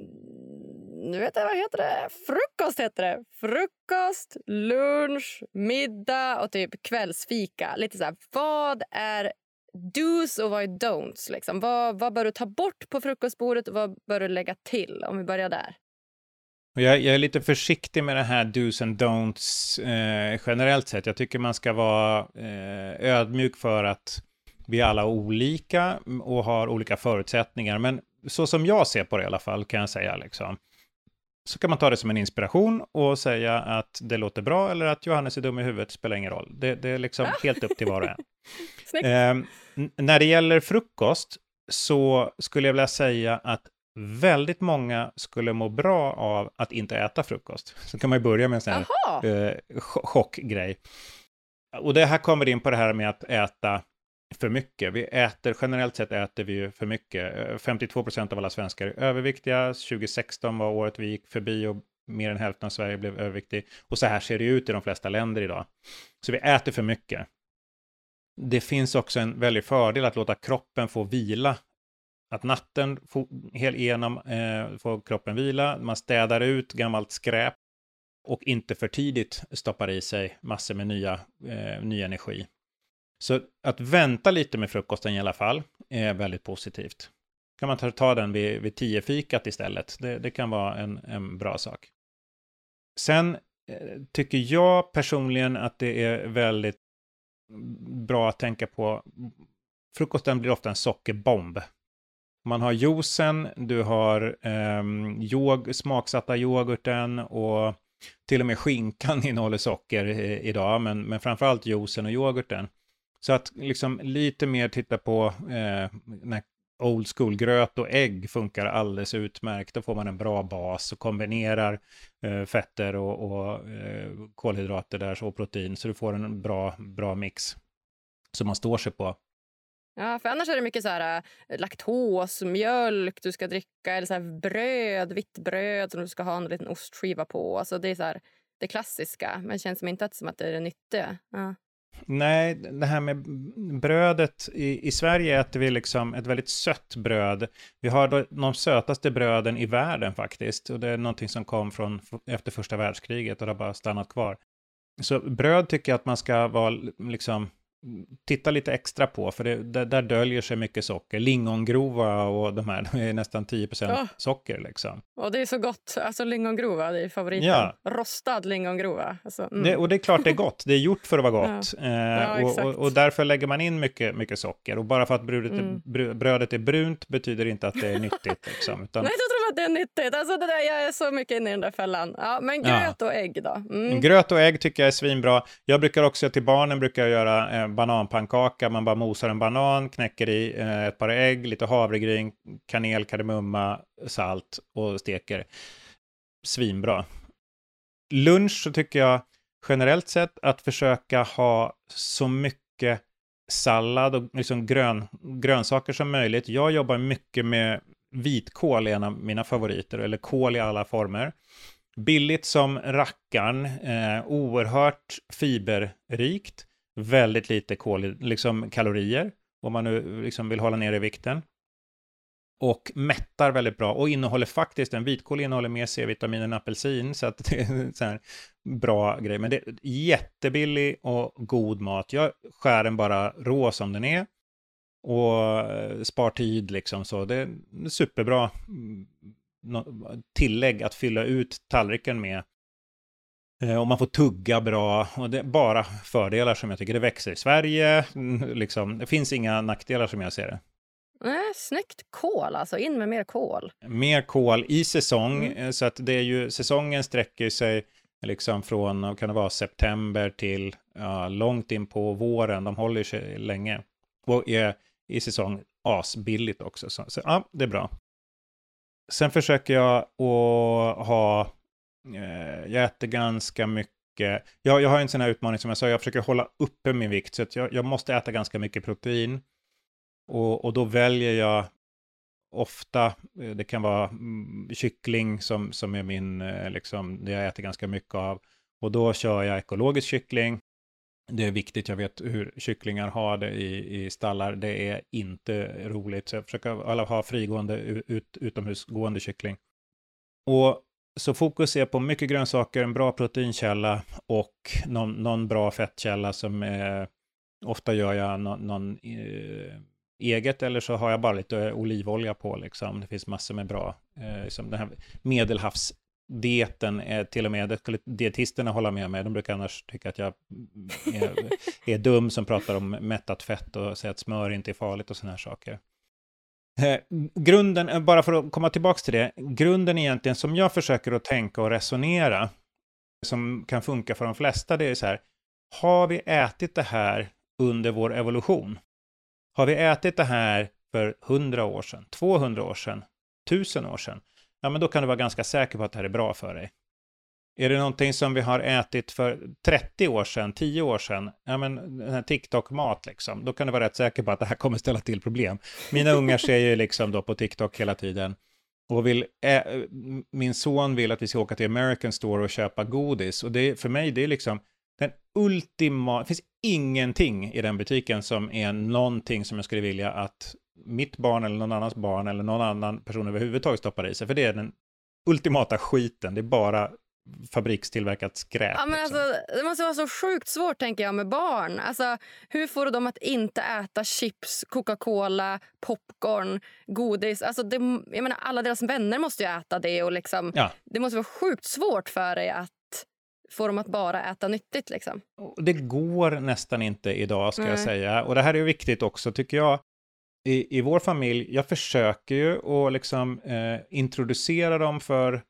nu vet jag, vad heter det? Frukost heter det. Frukost, lunch, middag och typ kvällsfika. Lite så här, vad är do's och vad är don'ts? Liksom? Vad, vad bör du ta bort på frukostbordet och vad bör du lägga till? Om vi börjar där. Och jag, jag är lite försiktig med det här do's and don'ts eh, generellt sett. Jag tycker man ska vara eh, ödmjuk för att vi är alla olika och har olika förutsättningar. Men så som jag ser på det i alla fall, kan jag säga liksom, så kan man ta det som en inspiration och säga att det låter bra, eller att Johannes är dum i huvudet, spelar ingen roll. Det, det är liksom helt upp till var och en. eh, när det gäller frukost så skulle jag vilja säga att väldigt många skulle må bra av att inte äta frukost. Så kan man ju börja med en sån här eh, chockgrej. Och det här kommer in på det här med att äta för mycket. Vi äter, generellt sett äter vi ju för mycket. femtiotvå procent av alla svenskar är överviktiga. tjugo sexton var året vi gick förbi och mer än hälften av Sverige blev överviktig. Och så här ser det ut i de flesta länder idag. Så vi äter för mycket. Det finns också en väldig fördel att låta kroppen få vila. Att natten får, hel igenom eh, får kroppen vila. Man städar ut gammalt skräp. Och inte för tidigt stoppar i sig massor med nya, eh, ny energi. Så att vänta lite med frukosten i alla fall är väldigt positivt. Kan man ta, ta den vid, vid tio fikat istället. Det, det kan vara en, en bra sak. Sen eh, tycker jag personligen att det är väldigt bra att tänka på. Frukosten blir ofta en sockerbomb. Man har juicen, du har eh, yog, smaksatta yoghurten och till och med skinkan innehåller socker eh, idag. Men, men framförallt juicen och yoghurten. Så att liksom lite mer titta på eh, när old school gröt och ägg funkar alldeles utmärkt. Då får man en bra bas och kombinerar eh, fetter och, och eh, kolhydrater där och protein. Så du får en bra, bra mix som man står sig på. Ja, för annars är det mycket så här äh, laktos, mjölk du ska dricka eller så här bröd, vitt bröd som du ska ha en liten ostskiva på. Alltså det är så här det klassiska, men det känns som inte att, som att det är det nyttiga. Ja. Nej, det här med brödet i, i Sverige äter vi liksom ett väldigt sött bröd. Vi har då de sötaste bröden i världen faktiskt. Och det är någonting som kom från efter första världskriget och det har bara stannat kvar. Så bröd tycker jag att man ska vara liksom titta lite extra på, för det, där, där döljer sig mycket socker. Lingongrova och de här, de är nästan tio procent Ja. socker liksom. Och det är så gott. Alltså lingongrova, det är favoriten. Ja. Rostad lingongrova. Alltså, mm. det, och det är klart det är gott. Det är gjort för att vara gott. Ja. Eh, Ja, och, och, och därför lägger man in mycket, mycket socker. Och bara för att brödet, Mm. är, brödet är brunt betyder inte att det är nyttigt. Liksom, utan... Nej, jag tror att det är nyttigt. Alltså, det där, jag är så mycket inne i den där fällan. Ja, men gröt Ja. och ägg då? Mm. Gröt och ägg tycker jag är svinbra. Jag brukar också till barnen brukar jag göra eh, bananpannkaka. Man bara mosar en banan, knäcker i eh, ett par ägg, lite havregryn, kanel, kardemumma, salt och steker. Svinbra. Lunch så tycker jag generellt sett att försöka ha så mycket sallad och liksom grön, grönsaker som möjligt. Jag jobbar mycket med vitkål, en av mina favoriter, eller kål i alla former. Billigt som rackarn, eh, oerhört fiberrikt, väldigt lite kol, liksom kalorier, om man nu liksom vill hålla nere vikten. Och mättar väldigt bra och innehåller faktiskt, en vitkål innehåller mer C-vitamin än apelsin, så att det är en sån här bra grej. Men det är jättebillig och god mat. Jag skär den bara rå som den är och spar tid liksom, så det är superbra tillägg att fylla ut tallriken med. Och man får tugga bra, och det är bara fördelar som jag tycker. Det växer i Sverige, liksom. Det finns inga nackdelar som jag ser det. Nej, snyggt kål alltså, in med mer kål. Mer kål i säsong, Mm. så att det är ju, säsongen sträcker sig liksom från, kan det vara september till ja, långt in på våren. De håller sig länge och är i säsong asbilligt också. Så, så ja, det är bra. Sen försöker jag att ha, eh, jag äter ganska mycket, jag, jag har en sån här utmaning som jag sa, jag försöker hålla uppe min vikt, så att jag, jag måste äta ganska mycket protein. Och, och då väljer jag ofta, det kan vara mm, kyckling som, som är min, eh, liksom, det jag äter ganska mycket av. Och då kör jag ekologisk kyckling. Det är viktigt, jag vet hur kycklingar har det i, i stallar. Det är inte roligt, så jag försöker alla ha frigående, ut, utomhusgående kyckling. Och så fokus är på mycket grönsaker, en bra proteinkälla och någon, någon bra fettkälla som eh, ofta gör jag någon, någon eh, eget, eller så har jag bara lite olivolja på liksom. Det finns massor med bra, eh, som den här medelhavsdieten är till och med, det skulle dietisterna hålla med mig. De brukar annars tycka att jag är, är dum som pratar om mättat fett och säger att smör inte är farligt och såna här saker. Eh, grunden, bara för att komma tillbaka till det, grunden egentligen som jag försöker att tänka och resonera, som kan funka för de flesta, det är så här: har vi ätit det här under vår evolution? Har vi ätit det här för hundra år sedan, tvåhundra år sedan, tusen år sedan? Ja, men då kan du vara ganska säker på att det här är bra för dig. Är det någonting som vi har ätit för trettio år sedan, tio år sedan, ja men den här TikTok-mat liksom, då kan du vara rätt säker på att det här kommer ställa till problem. Mina ungar ser ju liksom då på TikTok hela tiden. Och vill, äh, min son vill att vi ska åka till American Store och köpa godis. Och det, för mig, det är liksom den ultima, det finns ingenting i den butiken som är någonting som jag skulle vilja att mitt barn eller någon annans barn eller någon annan person överhuvudtaget stoppar i sig. För det är den ultimata skiten. Det är bara fabrikstillverkat skräp. Ja, men liksom. alltså, det måste vara så sjukt svårt, tänker jag, med barn. Alltså, hur får du dem att inte äta chips, Coca-Cola, popcorn, godis? Alltså, det, jag menar, alla deras vänner måste ju äta det. Och liksom, Ja. det måste vara sjukt svårt för dig att få dem att bara äta nyttigt. Liksom. Det går nästan inte idag, ska Nej. jag säga. Och det här är ju viktigt också, tycker jag. I, i vår familj, jag försöker ju att liksom, eh, introducera dem för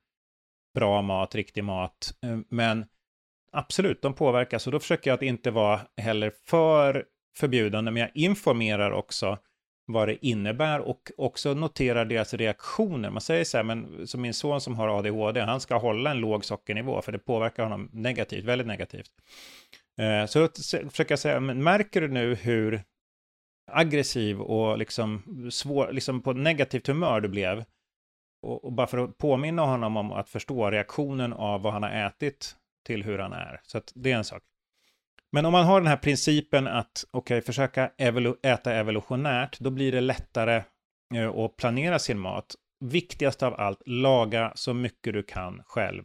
bra mat, riktig mat. Eh, men absolut, de påverkas. Och då försöker jag att inte vara heller för förbjudande, men jag informerar också vad det innebär och också noterar deras reaktioner. Man säger så här, men som min son som har A D H D, han ska hålla en låg sockernivå för det påverkar honom negativt, väldigt negativt. Eh, så då försöker jag säga, men märker du nu hur aggressiv och liksom svår, liksom på negativt humör du blev? Och, och bara för att påminna honom om att förstå reaktionen av vad han har ätit till hur han är. Så att det är en sak. Men om man har den här principen att okej, okay, försöka evolu- äta evolutionärt, då blir det lättare eh, att planera sin mat. Viktigast av allt, laga så mycket du kan själv.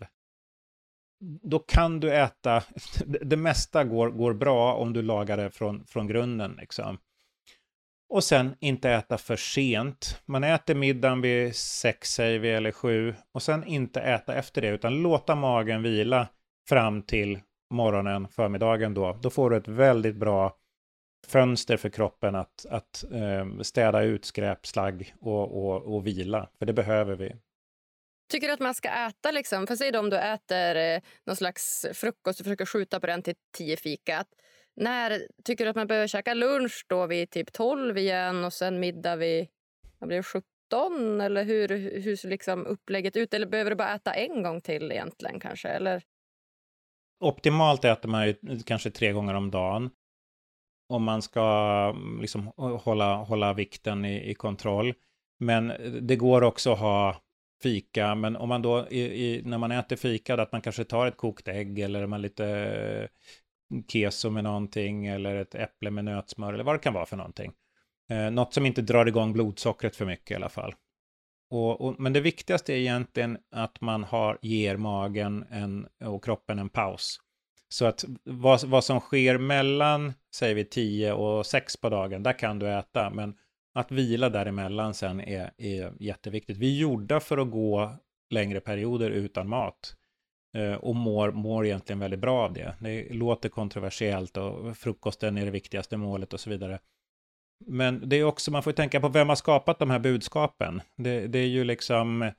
Då kan du äta, det mesta går, går bra om du lagar det från, från grunden liksom. Och sen inte äta för sent. Man äter middagen vid sex, säger vi, eller sju. Och sen inte äta efter det, utan låta magen vila fram till morgonen, förmiddagen då. Då får du ett väldigt bra fönster för kroppen att, att eh, städa ut skräp, slagg och, och, och vila. För det behöver vi. Tycker du att man ska äta liksom, för säg då om du äter eh, någon slags frukost och försöker skjuta på den till tio fikat. När tycker du att man behöver käka lunch då vid typ tolv igen och sen middag vid, vad blir det, sjutton? Eller hur, hur ser liksom upplägget ut? Eller behöver du bara äta en gång till egentligen kanske? Eller? Optimalt äter man ju kanske tre gånger om dagen. Om man ska liksom hålla, hålla vikten i, i kontroll. Men det går också att ha fika. Men om man då, i, i, när man äter fika, att man kanske tar ett kokt ägg eller man lite keso med någonting eller ett äpple med nötsmör eller vad det kan vara för någonting. Eh, något som inte drar igång blodsockret för mycket i alla fall. Och, och, men det viktigaste är egentligen att man har, ger magen en, och kroppen en paus. Så att vad, vad som sker mellan, säger vi tio och sex på dagen, där kan du äta. Men att vila däremellan sen är, är jätteviktigt. Vi är gjorda för att gå längre perioder utan mat. Och mår, mår egentligen väldigt bra av det. Det låter kontroversiellt och frukosten är det viktigaste målet och så vidare. Men det är också, man får tänka på vem har skapat de här budskapen. Det, det är ju liksom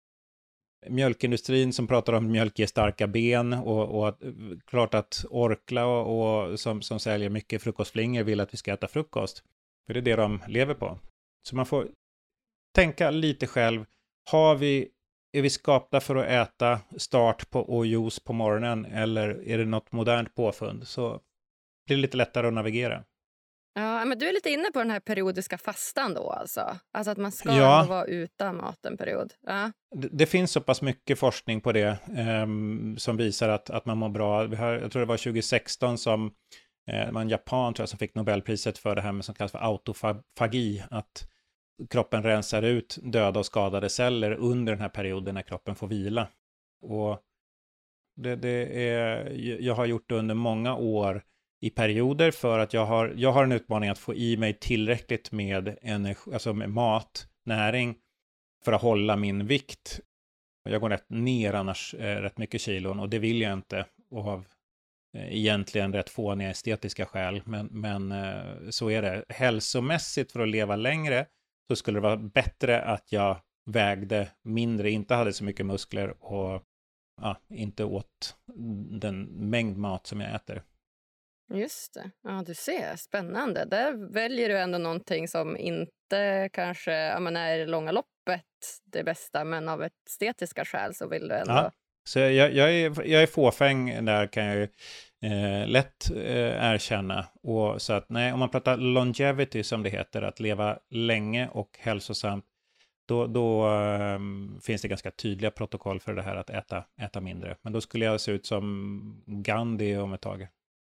mjölkindustrin som pratar om mjölk ger starka ben och, och att, klart att Orkla och, och som, som säljer mycket frukostflingor vill att vi ska äta frukost. För det är det de lever på. Så man får tänka lite själv. Har vi Är vi skapta för att äta start på och juice på morgonen eller är det något modernt påfund, så blir det lite lättare att navigera. Ja, men du är lite inne på den här periodiska fastan då alltså. Alltså att man ska ja, vara utan mat en period. Ja. Det, det finns så pass mycket forskning på det eh, som visar att, att man mår bra. Vi har, jag tror det var tjugo sexton som eh, det var en japan tror jag, som fick Nobelpriset för det här med som kallas för autofagi, att kroppen rensar ut döda och skadade celler under den här perioden när kroppen får vila. Och det, det är, jag har gjort det under många år i perioder för att jag har, jag har en utmaning att få i mig tillräckligt med, energi, alltså med mat, näring för att hålla min vikt. Jag går rätt ner annars eh, rätt mycket kilon och det vill jag inte och av eh, egentligen rätt fåniga estetiska skäl. Men, men eh, så är det. Hälsomässigt för att leva längre så skulle det vara bättre att jag vägde mindre, inte hade så mycket muskler och ja, inte åt den mängd mat som jag äter. Just det. Ja, du ser. Spännande. Där väljer du ändå någonting som inte kanske ja, men är i långa loppet det bästa, men av ett estetiska skäl så vill du ändå... Ja, så jag, jag, är, jag är fåfäng där kan jag ju eh, lätt eh, erkänna. Och så att nej, om man pratar longevity som det heter, att leva länge och hälsosamt, då, då eh, finns det ganska tydliga protokoll för det här att äta, äta mindre. Men då skulle jag se ut som Gandhi om ett tag.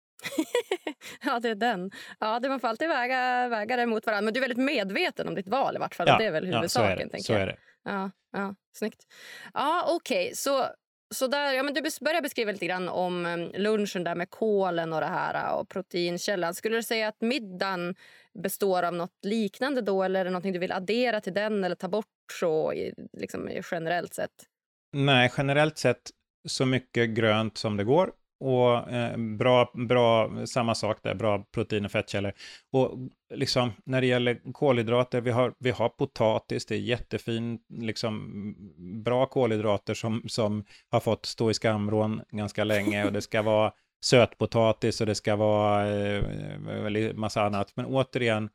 Ja, det är den. Ja, det man får alltid väga, väga det mot varandra. Men du är väldigt medveten om ditt val i vart fall. Ja, det är väl huvudsaken, ja, så är det, tänker så jag. är det. Ja, ja, snyggt. Ja, okej. Okay. Så, så där, ja, men du börjar beskriva lite grann om lunchen där med kolen och det här och proteinkällan. Skulle du säga att middagen består av något liknande då? Eller är det någonting du vill addera till den eller ta bort så liksom, generellt sett? Nej, generellt sett så mycket grönt som det går. Och eh, bra, bra, samma sak där, bra protein- och fettkällor. Och liksom när det gäller kolhydrater, vi har, vi har potatis, det är jättefin, liksom bra kolhydrater som, som har fått stå i skamvrån ganska länge. Och det ska vara sötpotatis och det ska vara eh, massa annat. Men återigen,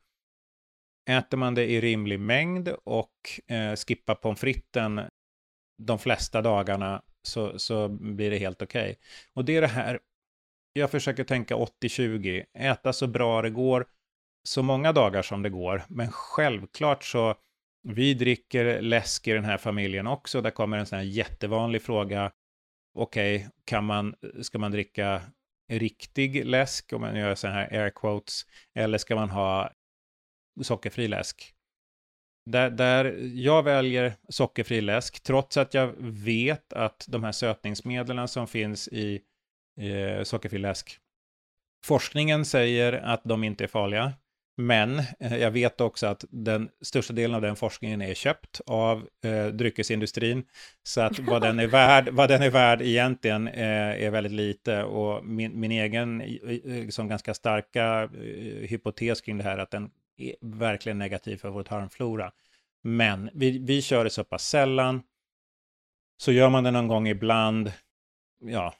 äter man det i rimlig mängd och eh, skippar pommes fritesen de flesta dagarna så, så blir det helt okej. Okay. Och det är det här, jag försöker tänka åttio tjugo, äta så bra det går, så många dagar som det går. Men självklart så, vi dricker läsk i den här familjen också. Där kommer en sån här jättevanlig fråga. Okej, okay, kan man, ska man dricka riktig läsk, om man gör så här air quotes, eller ska man ha sockerfri läsk? Där, där jag väljer sockerfri läsk, trots att jag vet att de här sötningsmedlen som finns i eh, sockerfri läsk, forskningen säger att de inte är farliga. Men eh, jag vet också att den största delen av den forskningen är köpt av eh, dryckesindustrin. Så att vad den är värd, vad den är värd egentligen eh, är väldigt lite. Och min, min egen liksom ganska starka eh, hypotes kring det här, att den är verkligen negativ för vår tarmflora. Men vi, vi kör det så pass sällan. Så gör man det någon gång ibland, ja,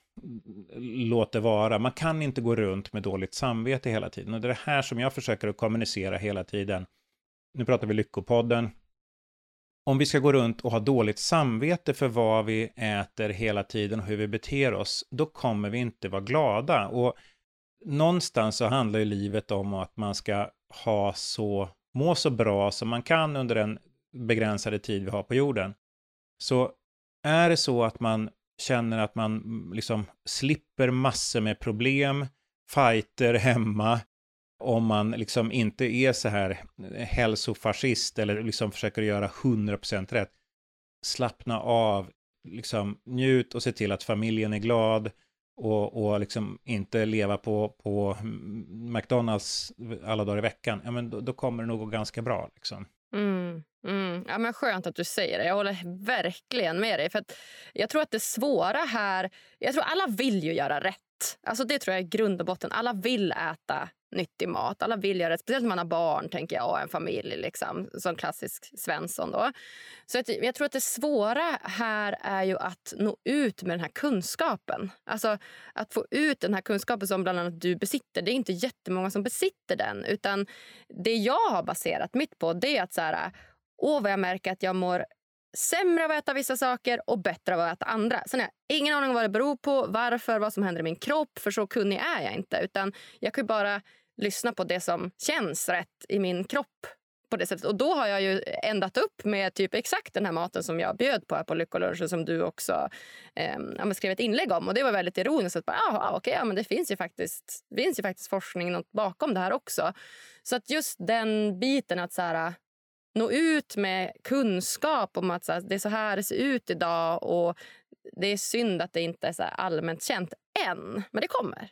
låt det vara. Man kan inte gå runt med dåligt samvete hela tiden. Och det är det här som jag försöker att kommunicera hela tiden. Nu pratar vi Lyckopodden. Om vi ska gå runt och ha dåligt samvete för vad vi äter hela tiden och hur vi beter oss, då kommer vi inte vara glada. Och någonstans så handlar ju livet om att man ska ha så, må så bra som man kan under den begränsade tid vi har på jorden. Så är det så att man känner att man liksom slipper massor med problem, fighter hemma, om man liksom inte är så här hälsofascist eller liksom försöker göra hundra procent rätt. Slappna av, liksom njut och se till att familjen är glad och, och liksom inte leva på, på McDonalds alla dagar i veckan. Ja, men då, då kommer det nog gå ganska bra liksom. Mm, mm. Ja, men skönt att du säger det. Jag håller verkligen med dig. För att jag tror att det svåra här, jag tror alla vill ju göra rätt. Alltså det tror jag är grund och botten. Alla vill äta nyttig mat. Alla vill göra rätt. Speciellt när man har barn, tänker jag, och en familj liksom, som klassisk Svensson då. Så att, jag tror att det svåra här är ju att nå ut med den här kunskapen. Alltså att få ut den här kunskapen som bland annat du besitter. Det är inte jättemånga som besitter den. Utan det jag har baserat mitt på, det är att så här, åh vad jag märker att jag mår sämre av att äta vissa saker och bättre av att äta andra. Sen har jag ingen aning om vad det beror på, varför, vad som händer i min kropp, för så kunnig är jag inte. Utan jag kan ju bara lyssna på det som känns rätt i min kropp på det sättet. Och då har jag ju ändat upp med typ exakt den här maten som jag bjöd på här på Lyckolunchen, som du också eh, ja, skrev ett inlägg om. Och det var väldigt ironiskt att bara, aha, okej, ja, men det finns ju faktiskt, det finns ju faktiskt forskning något bakom det här också. Så att just den biten att så här, nå ut med kunskap om att så här, det är så här det ser ut idag, och det är synd att det inte är så här allmänt känt än, men det kommer.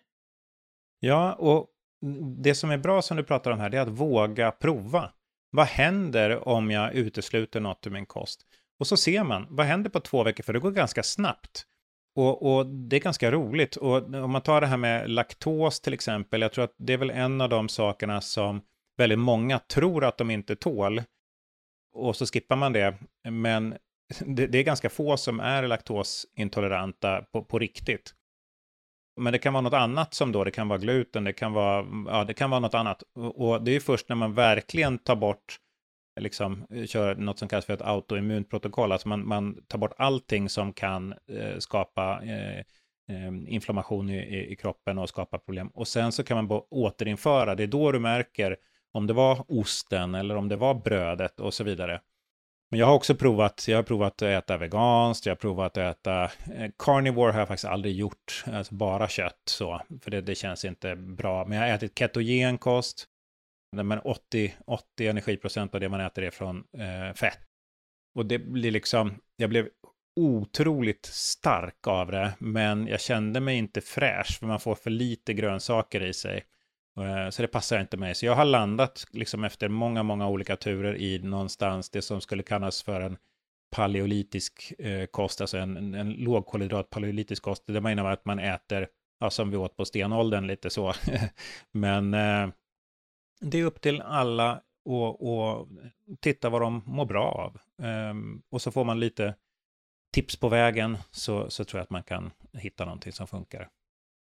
Ja, och det som är bra som du pratar om här, det är att våga prova. Vad händer om jag utesluter något ur min kost? Och så ser man, vad händer på två veckor? För det går ganska snabbt. Och, och det är ganska roligt. Och om man tar det här med laktos till exempel, jag tror att det är väl en av de sakerna som väldigt många tror att de inte tål. Och så skippar man det. Men det, det är ganska få som är laktosintoleranta på, på riktigt. Men det kan vara något annat som då, det kan vara gluten, det kan vara, ja, det kan vara något annat. Och, och det är först när man verkligen tar bort, liksom kör något som kallas för ett autoimmunprotokoll. Alltså man, man tar bort allting som kan eh, skapa eh, eh, inflammation i, i kroppen och skapa problem. Och sen så kan man bara återinföra, det är då du märker om det var osten eller om det var brödet och så vidare. Men jag har också provat, jag har provat att äta veganskt, jag har provat att äta eh, carnivore har jag faktiskt aldrig gjort, alltså bara kött så, för det, det känns inte bra. Men jag har ätit ketogen kost, men åttio, åttio energiprocent av det man äter är från eh, fett. Och det blir liksom, jag blev otroligt stark av det, men jag kände mig inte fräsch, för man får för lite grönsaker i sig. Så det passar inte mig. Så jag har landat liksom efter många, många olika turer i någonstans det som skulle kallas för en paleolitisk eh, kost, alltså en, en, en lågkolhydrat paleolitisk kost. Det menar att man äter, ja, som vi åt på stenåldern lite så. Men eh, det är upp till alla och, och titta vad de mår bra av. Um, och så får man lite tips på vägen, så, så tror jag att man kan hitta någonting som funkar.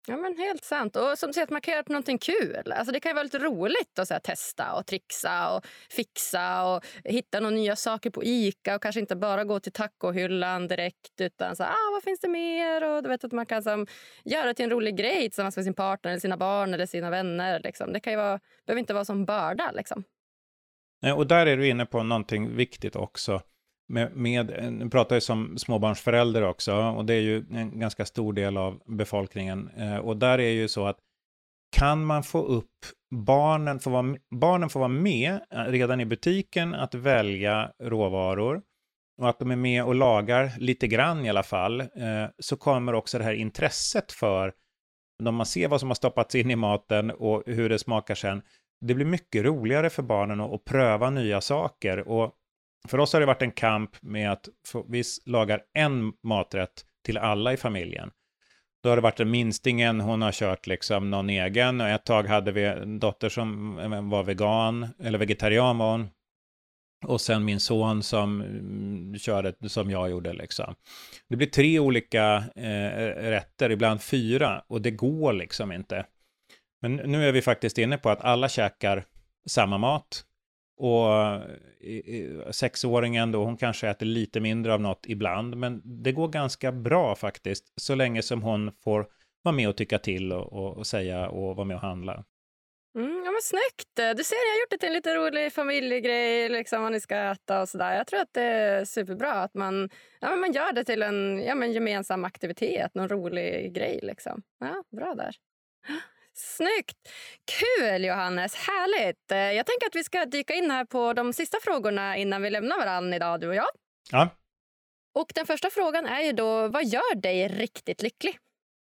Ja, men helt sant. Och som säger att man kan göra någonting kul. Alltså det kan ju vara lite roligt att så här, testa och trixa och fixa och hitta några nya saker på Ica och kanske inte bara gå till tacohyllan direkt utan så här, ah, vad finns det mer? Och du vet att man kan som, göra till en rolig grej tillsammans med sin partner eller sina barn eller sina vänner. Liksom. Det kan ju vara, behöver inte vara som börda liksom. Och där är du inne på någonting viktigt också. Med, med, nu pratar jag som småbarnsförälder också, och det är ju en ganska stor del av befolkningen. Eh, och där är ju så att kan man få upp barnen, får vara, barnen får vara med redan i butiken att välja råvaror och att de är med och lagar lite grann i alla fall, eh, så kommer också det här intresset för när man ser vad som har stoppats in i maten och hur det smakar sen. Det blir mycket roligare för barnen att, att pröva nya saker. Och för oss har det varit en kamp med att vi lagar en maträtt till alla i familjen. Då har det varit en minstingen, hon har kört liksom någon egen. Och ett tag hade vi en dotter som var vegan, eller vegetarian var hon. Och sen min son som mm, körde som jag gjorde liksom. Det blir tre olika eh, rätter, ibland fyra. Och det går liksom inte. Men nu är vi faktiskt inne på att alla käkar samma mat. Och sexåringen då, hon kanske äter lite mindre av något ibland. Men det går ganska bra faktiskt. Så länge som hon får vara med och tycka till och, och, och säga och vara med och handla. Mm, ja men snyggt. Du ser, jag har gjort det till en lite rolig familjegrej, liksom vad ni ska äta och sådär. Jag tror att det är superbra att man, ja, men man gör det till en ja, men gemensam aktivitet, någon rolig grej liksom. Ja, bra där. Snyggt! Kul Johannes, härligt! Jag tänker att vi ska dyka in här på de sista frågorna innan vi lämnar varandra idag, du och jag. Ja. Och den första frågan är ju då, vad gör dig riktigt lycklig?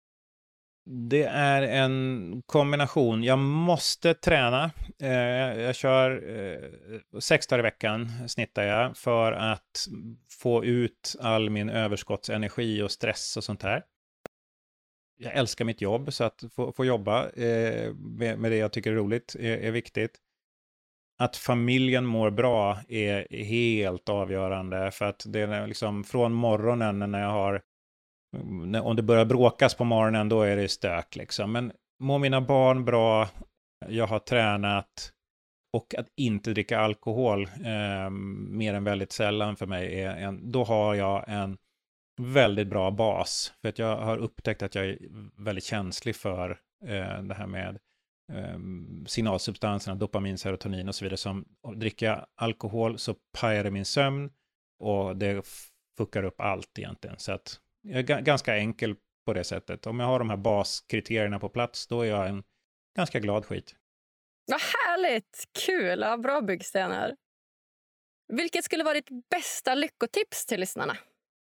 Det är en kombination. Jag måste träna. Eh, jag kör eh, sex dagar i veckan snittar jag för att få ut all min överskottsenergi och stress och sånt här. Jag älskar mitt jobb, så att få, få jobba eh, med, med det jag tycker är roligt är, är viktigt. Att familjen mår bra är helt avgörande, för att det är liksom från morgonen när jag har, om det börjar bråkas på morgonen, då är det stök liksom. Men mår mina barn bra, jag har tränat, och att inte dricka alkohol eh, mer än väldigt sällan för mig är en, då har jag en väldigt bra bas. För att jag har upptäckt att jag är väldigt känslig för eh, det här med eh, signalsubstanserna, dopamin, serotonin och så vidare. Som dricker jag alkohol så pajar det min sömn och det fuckar upp allt egentligen. Så att jag är g- ganska enkel på det sättet. Om jag har de här baskriterierna på plats, då är jag en ganska glad skit. Vad härligt! Kul! Ja, bra byggstenar. Vilket skulle vara ditt bästa lyckotips till lyssnarna?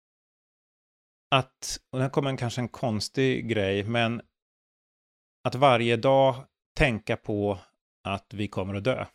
Att, och det kommer en, kanske en konstig grej, men att varje dag tänka på att vi kommer att dö.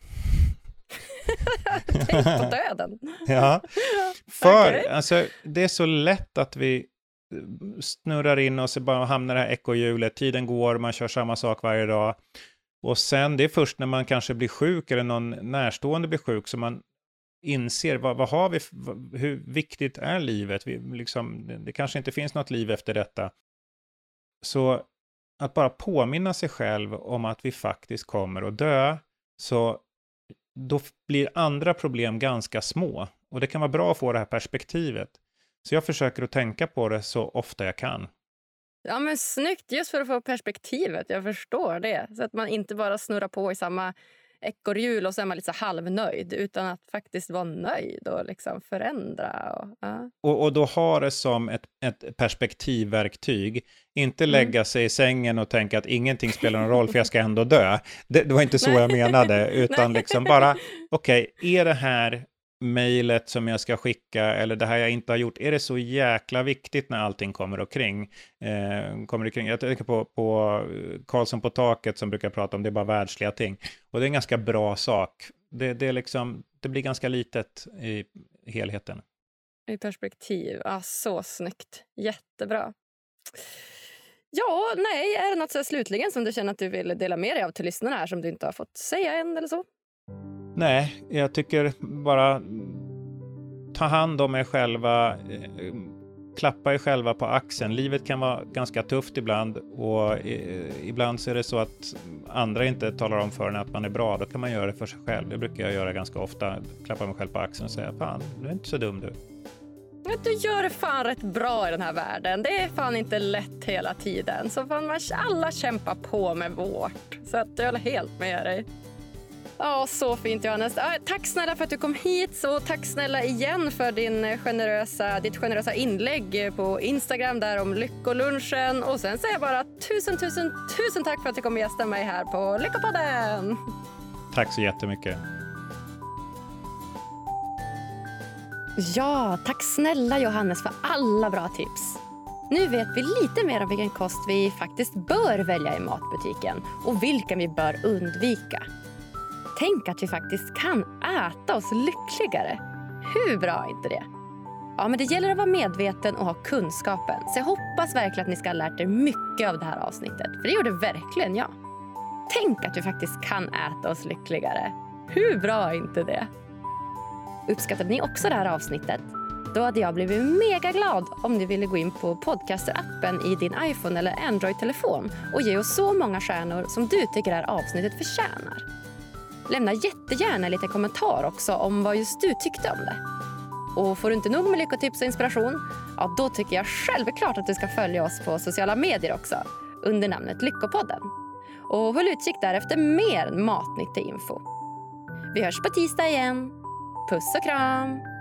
Tänk på döden. Ja, för Okay. alltså, det är så lätt att vi snurrar in och så bara hamnar det här ekohjulet. Tiden går, man kör samma sak varje dag. Och sen, det är först när man kanske blir sjuk eller någon närstående blir sjuk som man inser vad, vad har vi, vad, hur viktigt är livet? Vi, liksom, det, det kanske inte finns något liv efter detta. Så att bara påminna sig själv om att vi faktiskt kommer att dö, så då blir andra problem ganska små. Och det kan vara bra att få det här perspektivet. Så jag försöker att tänka på det så ofta jag kan. Ja, men snyggt, just för att få perspektivet. Jag förstår det. Så att man inte bara snurrar på i samma ekorrhjul och så är man lite så halvnöjd, utan att faktiskt vara nöjd och liksom förändra. Och, ja. och, och då har det som ett, ett perspektivverktyg. Inte lägga mm. sig i sängen och tänka att ingenting spelar någon roll för jag ska ändå dö. Det, det var inte så jag menade, utan liksom bara, okej, okay, är det här mejlet som jag ska skicka eller det här jag inte har gjort, är det så jäkla viktigt när allting kommer omkring? Eh, kommer omkring. Jag tänker på, på Karlsson på taket som brukar prata om det är bara världsliga ting. Och det är en ganska bra sak. Det, det, är liksom, det blir ganska litet i helheten. I perspektiv, ja, så snyggt. Jättebra. Ja, nej, är det något så slutligen som du känner att du vill dela med dig av till lyssnarna här som du inte har fått säga än eller så? Nej, jag tycker bara ta hand om er själva. klappa er själva på axeln. Livet kan vara ganska tufft ibland och ibland så är det så att andra inte talar om för en att man är bra. Då kan man göra det för sig själv. Det brukar jag göra ganska ofta. Klappa mig själv på axeln och säga, fan, du är inte så dum du. Du gör det fan rätt bra i den här världen. Det är fan inte lätt hela tiden. Så fan, alla kämpar på med vårt. Så att jag håller helt med dig. Ja, så fint Johannes. Tack snälla för att du kom hit. Så tack snälla igen för din generösa, ditt generösa inlägg på Instagram där om lyckolunchen. Och sen säger jag bara tusen, tusen, tusen tack för att du kom gästa mig här på Lyckopodden. Tack så jättemycket. Ja, tack snälla Johannes för alla bra tips. Nu vet vi lite mer om vilken kost vi faktiskt bör välja i matbutiken och vilken vi bör undvika. Tänk att vi faktiskt kan äta oss lyckligare. Hur bra är inte det? Ja, men det gäller att vara medveten och ha kunskapen. Så jag hoppas verkligen att ni ska ha lärt er mycket av det här avsnittet. För det gjorde verkligen jag. Tänk att vi faktiskt kan äta oss lyckligare. Hur bra är inte det? Uppskattade ni också det här avsnittet? Då hade jag blivit mega glad om ni ville gå in på Podcaster-appen i din iPhone eller Android-telefon och ge oss så många stjärnor som du tycker det här avsnittet förtjänar. Lämna jättegärna lite kommentar också om vad just du tyckte om det. Och får du inte nog med lyckotips och inspiration, ja då tycker jag självklart att du ska följa oss på sociala medier också under namnet Lyckopodden. Och håll utkik där efter mer matnyttig info. Vi hörs på tisdag igen. Puss och kram!